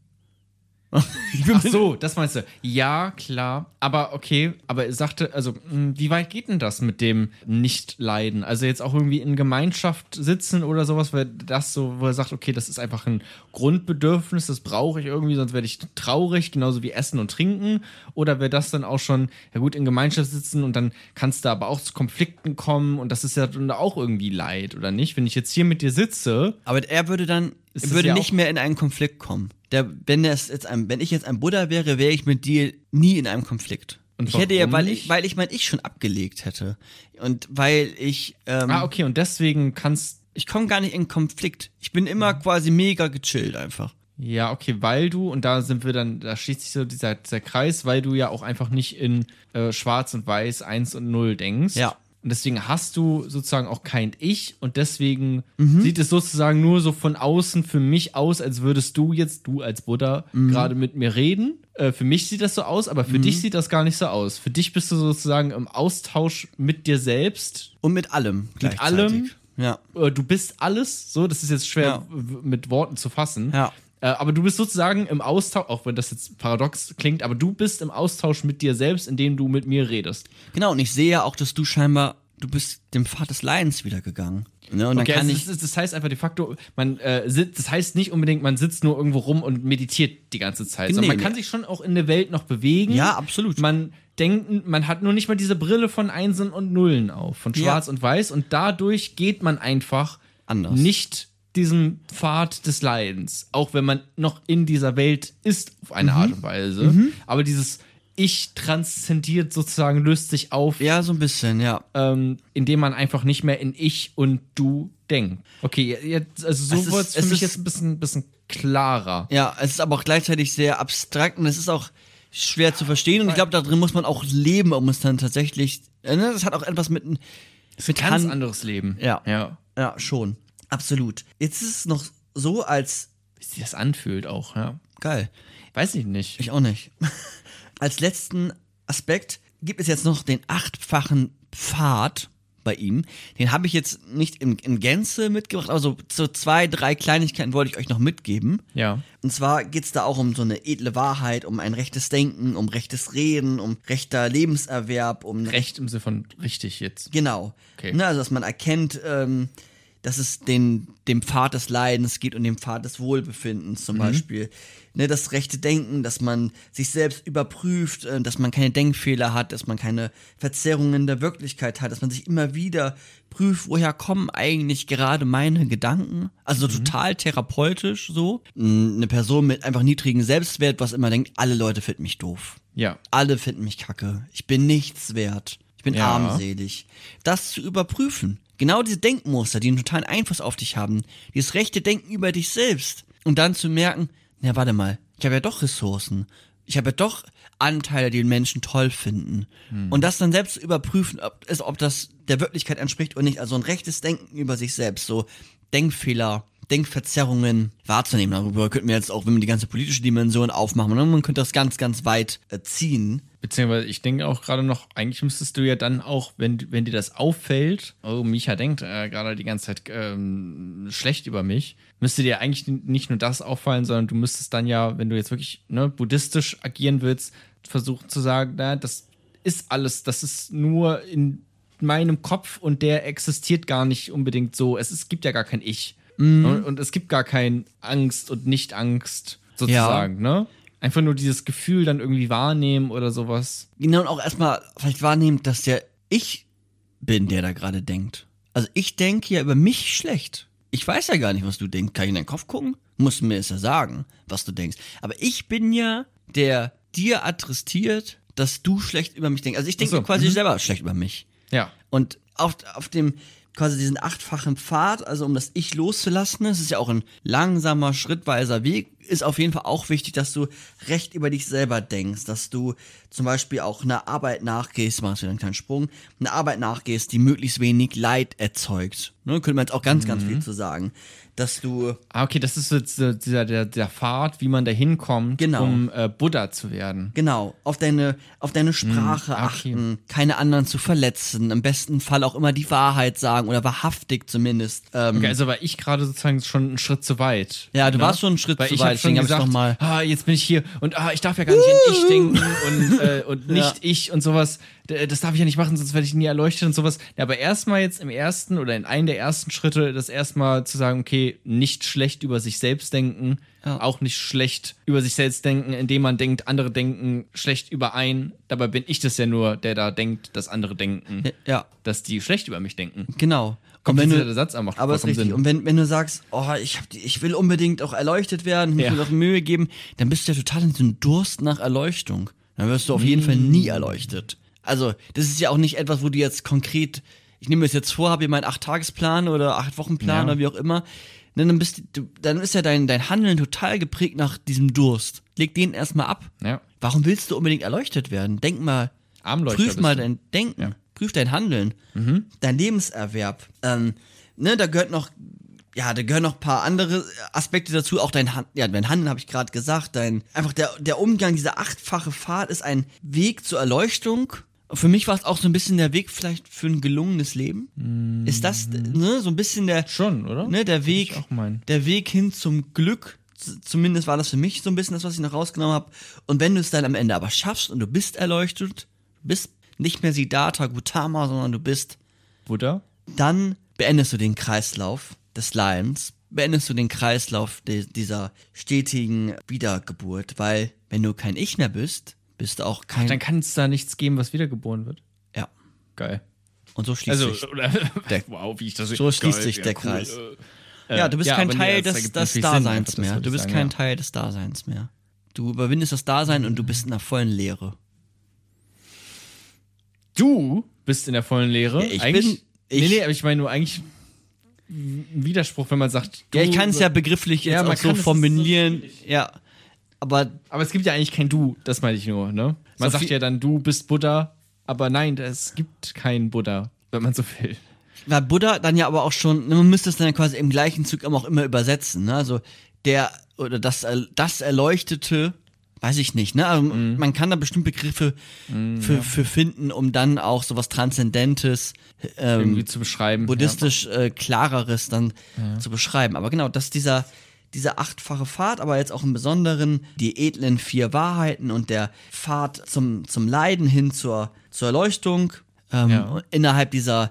Ach so, das meinst du. Ja, klar. Aber okay, aber er sagte, also, mh, wie weit geht denn das mit dem Nicht-Leiden? Also jetzt auch irgendwie in Gemeinschaft sitzen oder sowas, weil das so, wo er sagt, okay, das ist einfach ein Grundbedürfnis, das brauche ich irgendwie, sonst werde ich traurig, genauso wie Essen und Trinken. Oder wäre das dann auch schon, ja gut, in Gemeinschaft sitzen und dann kann es da aber auch zu Konflikten kommen und das ist ja dann auch irgendwie Leid, oder nicht? Wenn ich jetzt hier mit dir sitze, Aber er würde dann, Ist er das würde ja nicht auch- mehr in einen Konflikt kommen. Der, wenn, das jetzt ein, wenn ich jetzt ein Buddha wäre, wäre ich mit dir nie in einem Konflikt. Und ich hätte ja, warum weil nicht? ich, weil ich mein Ich schon abgelegt hätte. Und weil ich, ähm, ah, okay, und deswegen kannst ich komme gar nicht in Konflikt. Ich bin immer quasi mega gechillt einfach. Ja, okay, weil du, und da sind wir dann, da schließt sich so dieser, dieser Kreis, weil du ja auch einfach nicht in äh, Schwarz und Weiß, eins und null denkst. Ja. Und deswegen hast du sozusagen auch kein Ich und deswegen Mhm. sieht es sozusagen nur so von außen für mich aus, als würdest du jetzt, du als Buddha, Mhm. gerade mit mir reden. Äh, für mich sieht das so aus, aber für dich sieht das gar nicht so aus. Für dich bist du sozusagen im Austausch mit dir selbst. Und mit allem. Mit gleichzeitig. allem? Ja. Äh, Du bist alles, so, das ist jetzt schwer Ja. w- mit Worten zu fassen. Ja. Äh, aber du bist sozusagen im Austausch, auch wenn das jetzt paradox klingt, aber du bist im Austausch mit dir selbst, indem du mit mir redest. Genau, und ich sehe ja auch, dass du scheinbar, du bist dem Pfad des Leidens wieder gegangen. Ne? Und Okay, dann kann also ich. das, das heißt einfach de facto, man äh, sitzt, das heißt nicht unbedingt, man sitzt nur irgendwo rum und meditiert die ganze Zeit, sondern Nee, man kann nee. sich schon auch in der Welt noch bewegen. Ja, absolut. Man denkt, man hat nur nicht mal diese Brille von Einsen und Nullen auf, von Schwarz Ja. und Weiß, und dadurch geht man einfach Anders. nicht diesem Pfad des Leidens, auch wenn man noch in dieser Welt ist auf eine Mhm. Art und Weise. Aber dieses Ich transzendiert sozusagen, löst sich auf, Ja, so ein bisschen, ja. ähm, indem man einfach nicht mehr in Ich und Du denkt. Okay, jetzt, also Es so ist- wird es für es mich ist- jetzt ein bisschen, bisschen klarer. Ja, es ist aber auch gleichzeitig sehr abstrakt und es ist auch schwer zu verstehen und ich glaube, da drin muss man auch leben, um es dann tatsächlich, äh, ne, das hat auch etwas mit, mit Ganz Hand- anderes Leben. Ja. Ja. Ja, schon. Absolut. Jetzt ist es noch so als, Wie sich das anfühlt auch, ja. geil, Weiß ich nicht. ich auch nicht. Als letzten Aspekt gibt es jetzt noch den achtfachen Pfad bei ihm. Den habe ich jetzt nicht in, in Gänze mitgebracht, aber so, so zwei, drei Kleinigkeiten wollte ich euch noch mitgeben. Ja. Und zwar geht's da auch um so eine edle Wahrheit, um ein rechtes Denken, um rechtes Reden, um rechter Lebenserwerb, um Recht im Sinne von richtig jetzt. Genau. Okay. Ne, also, dass man erkennt, ähm, dass es den, dem Pfad des Leidens geht und dem Pfad des Wohlbefindens zum Mhm. Beispiel. Ne, das rechte Denken, dass man sich selbst überprüft, äh, dass man keine Denkfehler hat, dass man keine Verzerrungen der Wirklichkeit hat, dass man sich immer wieder prüft, woher kommen eigentlich gerade meine Gedanken. Also so total therapeutisch so. Mm, Eine Person mit einfach niedrigem Selbstwert, was immer denkt, alle Leute finden mich doof. Ja. Alle finden mich kacke. Ich bin nichts wert. Ich bin Ja. armselig. Das zu überprüfen. Genau diese Denkmuster, die einen totalen Einfluss auf dich haben. Dieses rechte Denken über dich selbst. Und dann zu merken, na warte mal, ich habe ja doch Ressourcen. Ich habe ja doch Anteile, die den Menschen toll finden. Hm. Und das dann selbst zu überprüfen, ob, es, ob das der Wirklichkeit entspricht oder nicht. Also ein rechtes Denken über sich selbst. So Denkfehler, Denkverzerrungen wahrzunehmen. Darüber könnten wir jetzt auch, wenn wir die ganze politische Dimension aufmachen, ne? Man könnte das ganz, ganz weit äh, ziehen. Beziehungsweise ich denke auch gerade noch, eigentlich müsstest du ja dann auch, wenn, wenn dir das auffällt, oh, Micha denkt äh, gerade die ganze Zeit ähm, schlecht über mich, müsste dir eigentlich nicht nur das auffallen, sondern du müsstest dann ja, wenn du jetzt wirklich ne, buddhistisch agieren willst, versuchen zu sagen, na, das ist alles, das ist nur in meinem Kopf und der existiert gar nicht unbedingt so. Es, es gibt ja gar kein Ich. Mhm. Und, und es gibt gar kein Angst und Nicht-Angst, sozusagen, ne? Einfach nur dieses Gefühl dann irgendwie wahrnehmen oder sowas. Genau, und auch erstmal vielleicht wahrnehmen, dass der ich bin, der da gerade denkt. Also ich denke ja über mich schlecht. Ich weiß ja gar nicht, was du denkst. Kann ich in deinen Kopf gucken? Musst du mir es ja sagen, was du denkst. Aber ich bin ja, der dir attestiert, dass du schlecht über mich denkst. Also ich denke Ach so, quasi mhm. selber schlecht über mich. Ja. Und auf, auf dem quasi diesen achtfachen Pfad, also um das Ich loszulassen, es ist ja auch ein langsamer, schrittweiser Weg, ist auf jeden Fall auch wichtig, dass du recht über dich selber denkst, dass du zum Beispiel auch einer Arbeit nachgehst, machst du einen kleinen Sprung, eine Arbeit nachgehst, die möglichst wenig Leid erzeugt. Ne, könnte man jetzt auch ganz, ganz viel zu sagen. Dass du Ah, okay, das ist jetzt äh, dieser, der, der Pfad, wie man da hinkommt, Genau. um äh, Buddha zu werden. Genau, auf deine, auf deine Sprache Mm, okay. achten, keine anderen zu verletzen, im besten Fall auch immer die Wahrheit sagen oder wahrhaftig zumindest. Ähm, Okay, also war ich gerade sozusagen schon einen Schritt zu weit. Ja, du ne? warst schon einen Schritt Weil zu ich weit, hab schon deswegen hab ich's gesagt, noch mal- ah, jetzt bin ich hier und ah, ich darf ja gar nicht in ich denken und, äh, und nicht Ja. ich und sowas. D- Das darf ich ja nicht machen, sonst werde ich nie erleuchtet und sowas. Ja, aber erstmal jetzt im ersten oder in einem der ersten Schritte, das erstmal zu sagen, okay, nicht schlecht über sich selbst denken, Ja. auch nicht schlecht über sich selbst denken, indem man denkt, andere denken schlecht über einen. Dabei bin ich das ja nur, der da denkt, dass andere denken, ja, dass die schlecht über mich denken. genau. Kommt Und wenn jetzt du, wieder der Satz an, macht aber ist vollkommen richtig. Sinn. Und wenn, wenn du sagst, oh, ich, hab die, ich will unbedingt auch erleuchtet werden, ich muss Ja. mir auch Mühe geben, dann bist du ja total in so einem Durst nach Erleuchtung. Dann wirst du auf jeden Fall nie erleuchtet. Also, das ist ja auch nicht etwas, wo du jetzt konkret, ich nehme mir das jetzt vor, habe hier meinen Acht-Tagesplan oder Acht-Wochen-Plan Ja. oder wie auch immer. Ne, Dann, bist du, dann ist ja dein, dein Handeln total geprägt nach diesem Durst. Leg den erstmal ab. Ja. Warum willst du unbedingt erleuchtet werden? Denk mal, Armleuchter prüf bist mal du. dein Denken, Ja. prüf dein Handeln, dein Lebenserwerb. Ähm, ne, da gehört noch, ja, da gehören noch ein paar andere Aspekte dazu. Auch dein, Han- ja, dein Handeln habe ich gerade gesagt. Dein, einfach der, der Umgang, dieser achtfache Pfad ist ein Weg zur Erleuchtung. Für mich war es auch so ein bisschen der Weg vielleicht für ein gelungenes Leben. Ist das, ne, so ein bisschen der, Schon, oder? ne, der Würde Weg, ich auch meinen. der Weg hin zum Glück. Z- Zumindest war das für mich so ein bisschen das, was ich noch rausgenommen habe. Und wenn du es dann am Ende aber schaffst und du bist erleuchtet, bist nicht mehr Siddhartha Gautama, sondern du bist, Buddha? dann beendest du den Kreislauf des Leidens, beendest du den Kreislauf de- dieser stetigen Wiedergeburt, weil wenn du kein Ich mehr bist, bist du auch kein, Dann kann es da nichts geben, was wiedergeboren wird. ja. Geil. Und so schließt Also, sich, oder, der- wow, wie ich das so schließt geil, sich ja, der cool, Kreis. äh, ja, du bist ja, kein aber nee, Teil das des, ergibt des natürlich Sinn, Daseins einfach, das mehr. wollte Du ich bist sagen, kein ja. Teil des Daseins mehr. Du überwindest das Dasein und du bist in der vollen Leere. Du bist in der vollen Lehre. Ja, ich eigentlich, bin- ich- nee, nee, aber ich meine nur eigentlich ein Widerspruch, wenn man sagt, du, Ja, ich kann es ja begrifflich jetzt Ja, man auch so kann es, es ist so formulieren. ja, aber aber es gibt ja eigentlich kein Du, das meine ich nur, ne? Man So sagt viel- ja dann, du bist Buddha, aber nein, es gibt keinen Buddha, wenn man so will. weil Buddha dann ja aber auch schon, man müsste es dann quasi im gleichen Zug aber auch immer übersetzen, ne? Also der oder das Er- das Erleuchtete, weiß ich nicht, ne? Also man kann da bestimmt Begriffe für, für finden, um dann auch sowas Transzendentes, ähm, Irgendwie zu beschreiben. buddhistisch äh, klareres dann zu beschreiben. Aber genau, dass dieser dieser achtfache Pfad, aber jetzt auch im Besonderen die edlen vier Wahrheiten und der Pfad zum zum Leiden hin zur zur Erleuchtung ähm, Ja. innerhalb dieser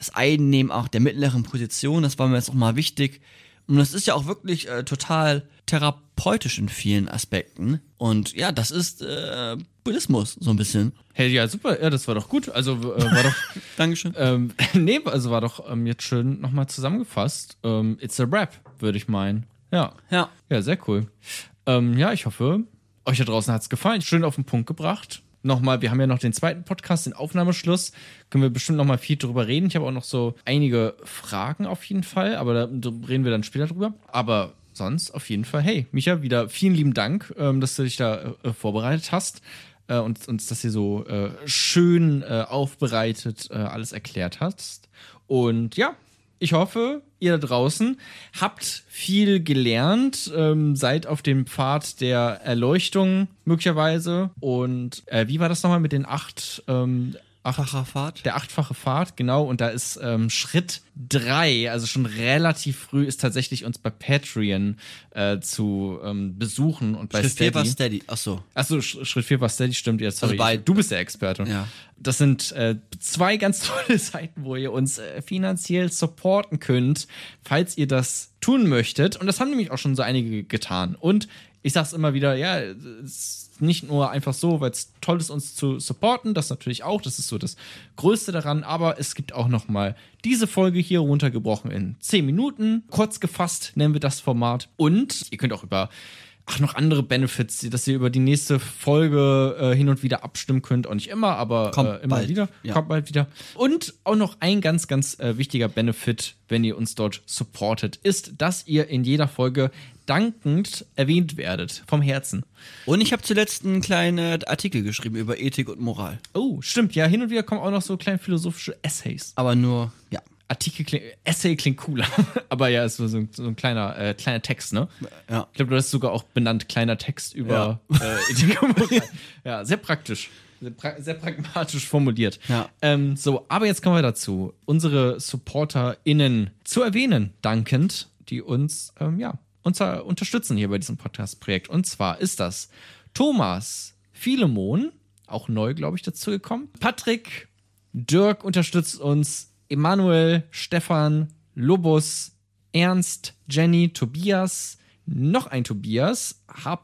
das Einnehmen auch der mittleren Position, das war mir jetzt auch mal wichtig. Und das ist ja auch wirklich äh, total therapeutisch in vielen Aspekten. Und ja, das ist äh, Buddhismus so ein bisschen. Hey, ja, super. Ja, das war doch gut. Also äh, war doch... Dankeschön. Ähm, nee, also war doch ähm, jetzt schön nochmal zusammengefasst. Ähm, it's a Rap, würde ich meinen. Ja. Ja. Ja, sehr cool. Ähm, ja, ich hoffe, euch da draußen hat's gefallen. Schön auf den Punkt gebracht. Nochmal, wir haben ja noch den zweiten Podcast, den Aufnahmeschluss. Können wir bestimmt nochmal viel drüber reden. Ich habe auch noch so einige Fragen auf jeden Fall, aber da, da reden wir dann später drüber. Aber sonst auf jeden Fall, hey, Micha, wieder vielen lieben Dank, ähm, dass du dich da äh, vorbereitet hast äh, und uns das hier so äh, schön äh, aufbereitet äh, alles erklärt hast. Und ja, ich hoffe, ihr da draußen habt viel gelernt, ähm, seid auf dem Pfad der Erleuchtung möglicherweise. Und äh, wie war das nochmal mit den acht... Ähm, Achtfacher Pfad? Der achtfache Pfad, genau. Und da ist ähm, Schritt drei, also schon relativ früh, ist tatsächlich uns bei Patreon äh, zu ähm, besuchen. Und bei Schritt Steady. vier war Steady, achso. Achso, Sch- Schritt vier war Steady, stimmt. Ja, sorry. Also bei- du bist der Experte. Ja. Das sind äh, zwei ganz tolle Seiten, wo ihr uns äh, finanziell supporten könnt, falls ihr das tun möchtet. Und das haben nämlich auch schon so einige getan. Und ich sag's immer wieder, ja, es ist nicht nur einfach so, weil es toll ist, uns zu supporten, das natürlich auch, das ist so das Größte daran, aber es gibt auch noch mal diese Folge hier runtergebrochen in zehn Minuten, kurz gefasst nennen wir das Format. Und ihr könnt auch über Ach, noch andere Benefits, dass ihr über die nächste Folge äh, hin und wieder abstimmen könnt. Auch nicht immer, aber Kommt äh, immer bald. wieder. Ja. Kommt bald wieder. Und auch noch ein ganz, ganz äh, wichtiger Benefit, wenn ihr uns dort supportet, ist, dass ihr in jeder Folge dankend erwähnt werdet. Vom Herzen. Und ich habe zuletzt einen kleinen Artikel geschrieben über Ethik und Moral. Oh, stimmt. Ja, hin und wieder kommen auch noch so kleine philosophische Essays. Aber nur, ja. Artikel klingt, Essay klingt cooler. Aber ja, ist so, so, ein, so ein kleiner, äh, kleiner Text, ne? Ja. Ich glaube, du hast sogar auch benannt, kleiner Text über ja. äh, Ethik und Moral. Ja, sehr praktisch. Sehr, pra- sehr pragmatisch formuliert. Ja. Ähm, so, aber jetzt kommen wir dazu, unsere SupporterInnen zu erwähnen, dankend, die uns, ähm, ja, uns äh, unterstützen hier bei diesem Podcast-Projekt. Und zwar ist das Thomas, Philemon, auch neu, glaube ich, dazu gekommen. Patrick, Dirk unterstützt uns, Emanuel, Stefan, Lobus, Ernst, Jenny, Tobias, noch ein Tobias, H.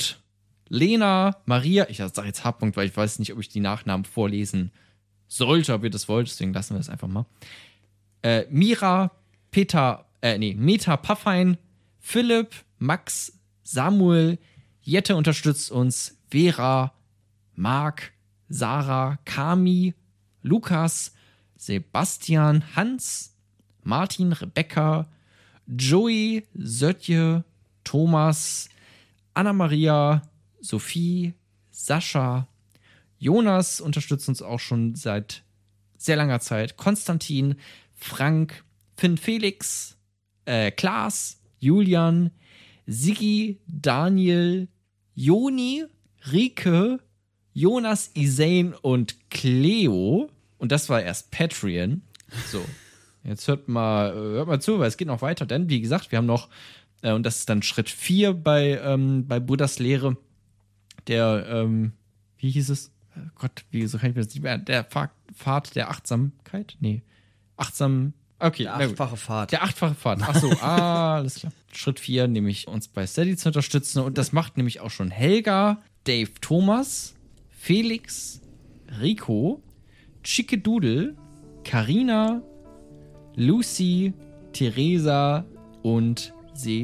Lena, Maria, ich sage jetzt H. weil ich weiß nicht, ob ich die Nachnamen vorlesen sollte, ob ihr das wollt, deswegen lassen wir das einfach mal. Äh, Mira, Peter, äh, nee, Meta Paffein, Philipp, Max, Samuel, Jette unterstützt uns, Vera, Marc, Sarah, Kami, Lukas, Sebastian, Hans, Martin, Rebecca, Joey, Sötje, Thomas, Anna-Maria, Sophie, Sascha, Jonas unterstützt uns auch schon seit sehr langer Zeit, Konstantin, Frank, Finn Felix, äh, Klaas, Julian, Sigi, Daniel, Joni, Rike, Jonas, Isain und Cleo. Und das war erst Patreon. So, jetzt hört mal, hört mal zu, weil es geht noch weiter. Denn, wie gesagt, wir haben noch, äh, und das ist dann Schritt vier bei, ähm, bei Buddhas Lehre, der, ähm, wie hieß es? Oh Gott, wieso kann ich mir das nicht mehr? Der Pfad, Pfad der Achtsamkeit? Nee. Achtsam. Okay, Der na gut. achtfache Pfad. Der achtfache Pfad. Ach so, ah, alles klar. Schritt vier, nämlich uns bei Steady zu unterstützen. Und das macht nämlich auch schon Helga, Dave Thomas, Felix, Rico, Chickedoodle, Carina, Lucy, Theresa und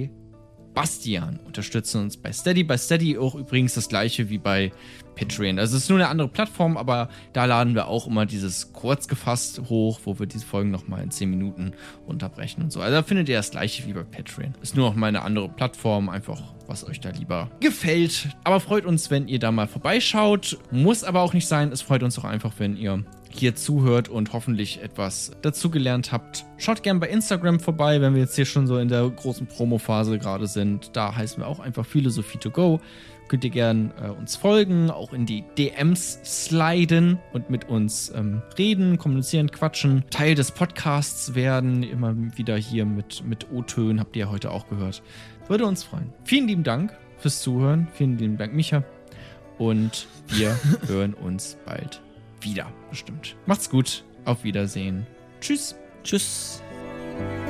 Sebastian unterstützen uns bei Steady. Bei Steady auch übrigens das gleiche wie bei Patreon. Also es ist nur eine andere Plattform, aber da laden wir auch immer dieses kurz gefasst hoch, wo wir diese Folgen nochmal in zehn Minuten unterbrechen und so. Also da findet ihr das gleiche wie bei Patreon. Ist nur noch mal eine andere Plattform, einfach was euch da lieber gefällt. Aber freut uns, wenn ihr da mal vorbeischaut. Muss aber auch nicht sein. Es freut uns auch einfach, wenn ihr hier zuhört und hoffentlich etwas dazugelernt habt. Schaut gerne bei Instagram vorbei, wenn wir jetzt hier schon so in der großen Promo-Phase gerade sind. Da heißen wir auch einfach Philosophie to go. Könnt ihr gern äh, uns folgen, auch in die D Ms sliden und mit uns ähm, reden, kommunizieren, quatschen, Teil des Podcasts werden, immer wieder hier mit, mit O-Tönen, habt ihr ja heute auch gehört. Würde uns freuen. Vielen lieben Dank fürs Zuhören, vielen lieben Dank, Micha. Und wir hören uns bald wieder, bestimmt. Macht's gut, auf Wiedersehen. Tschüss. Tschüss.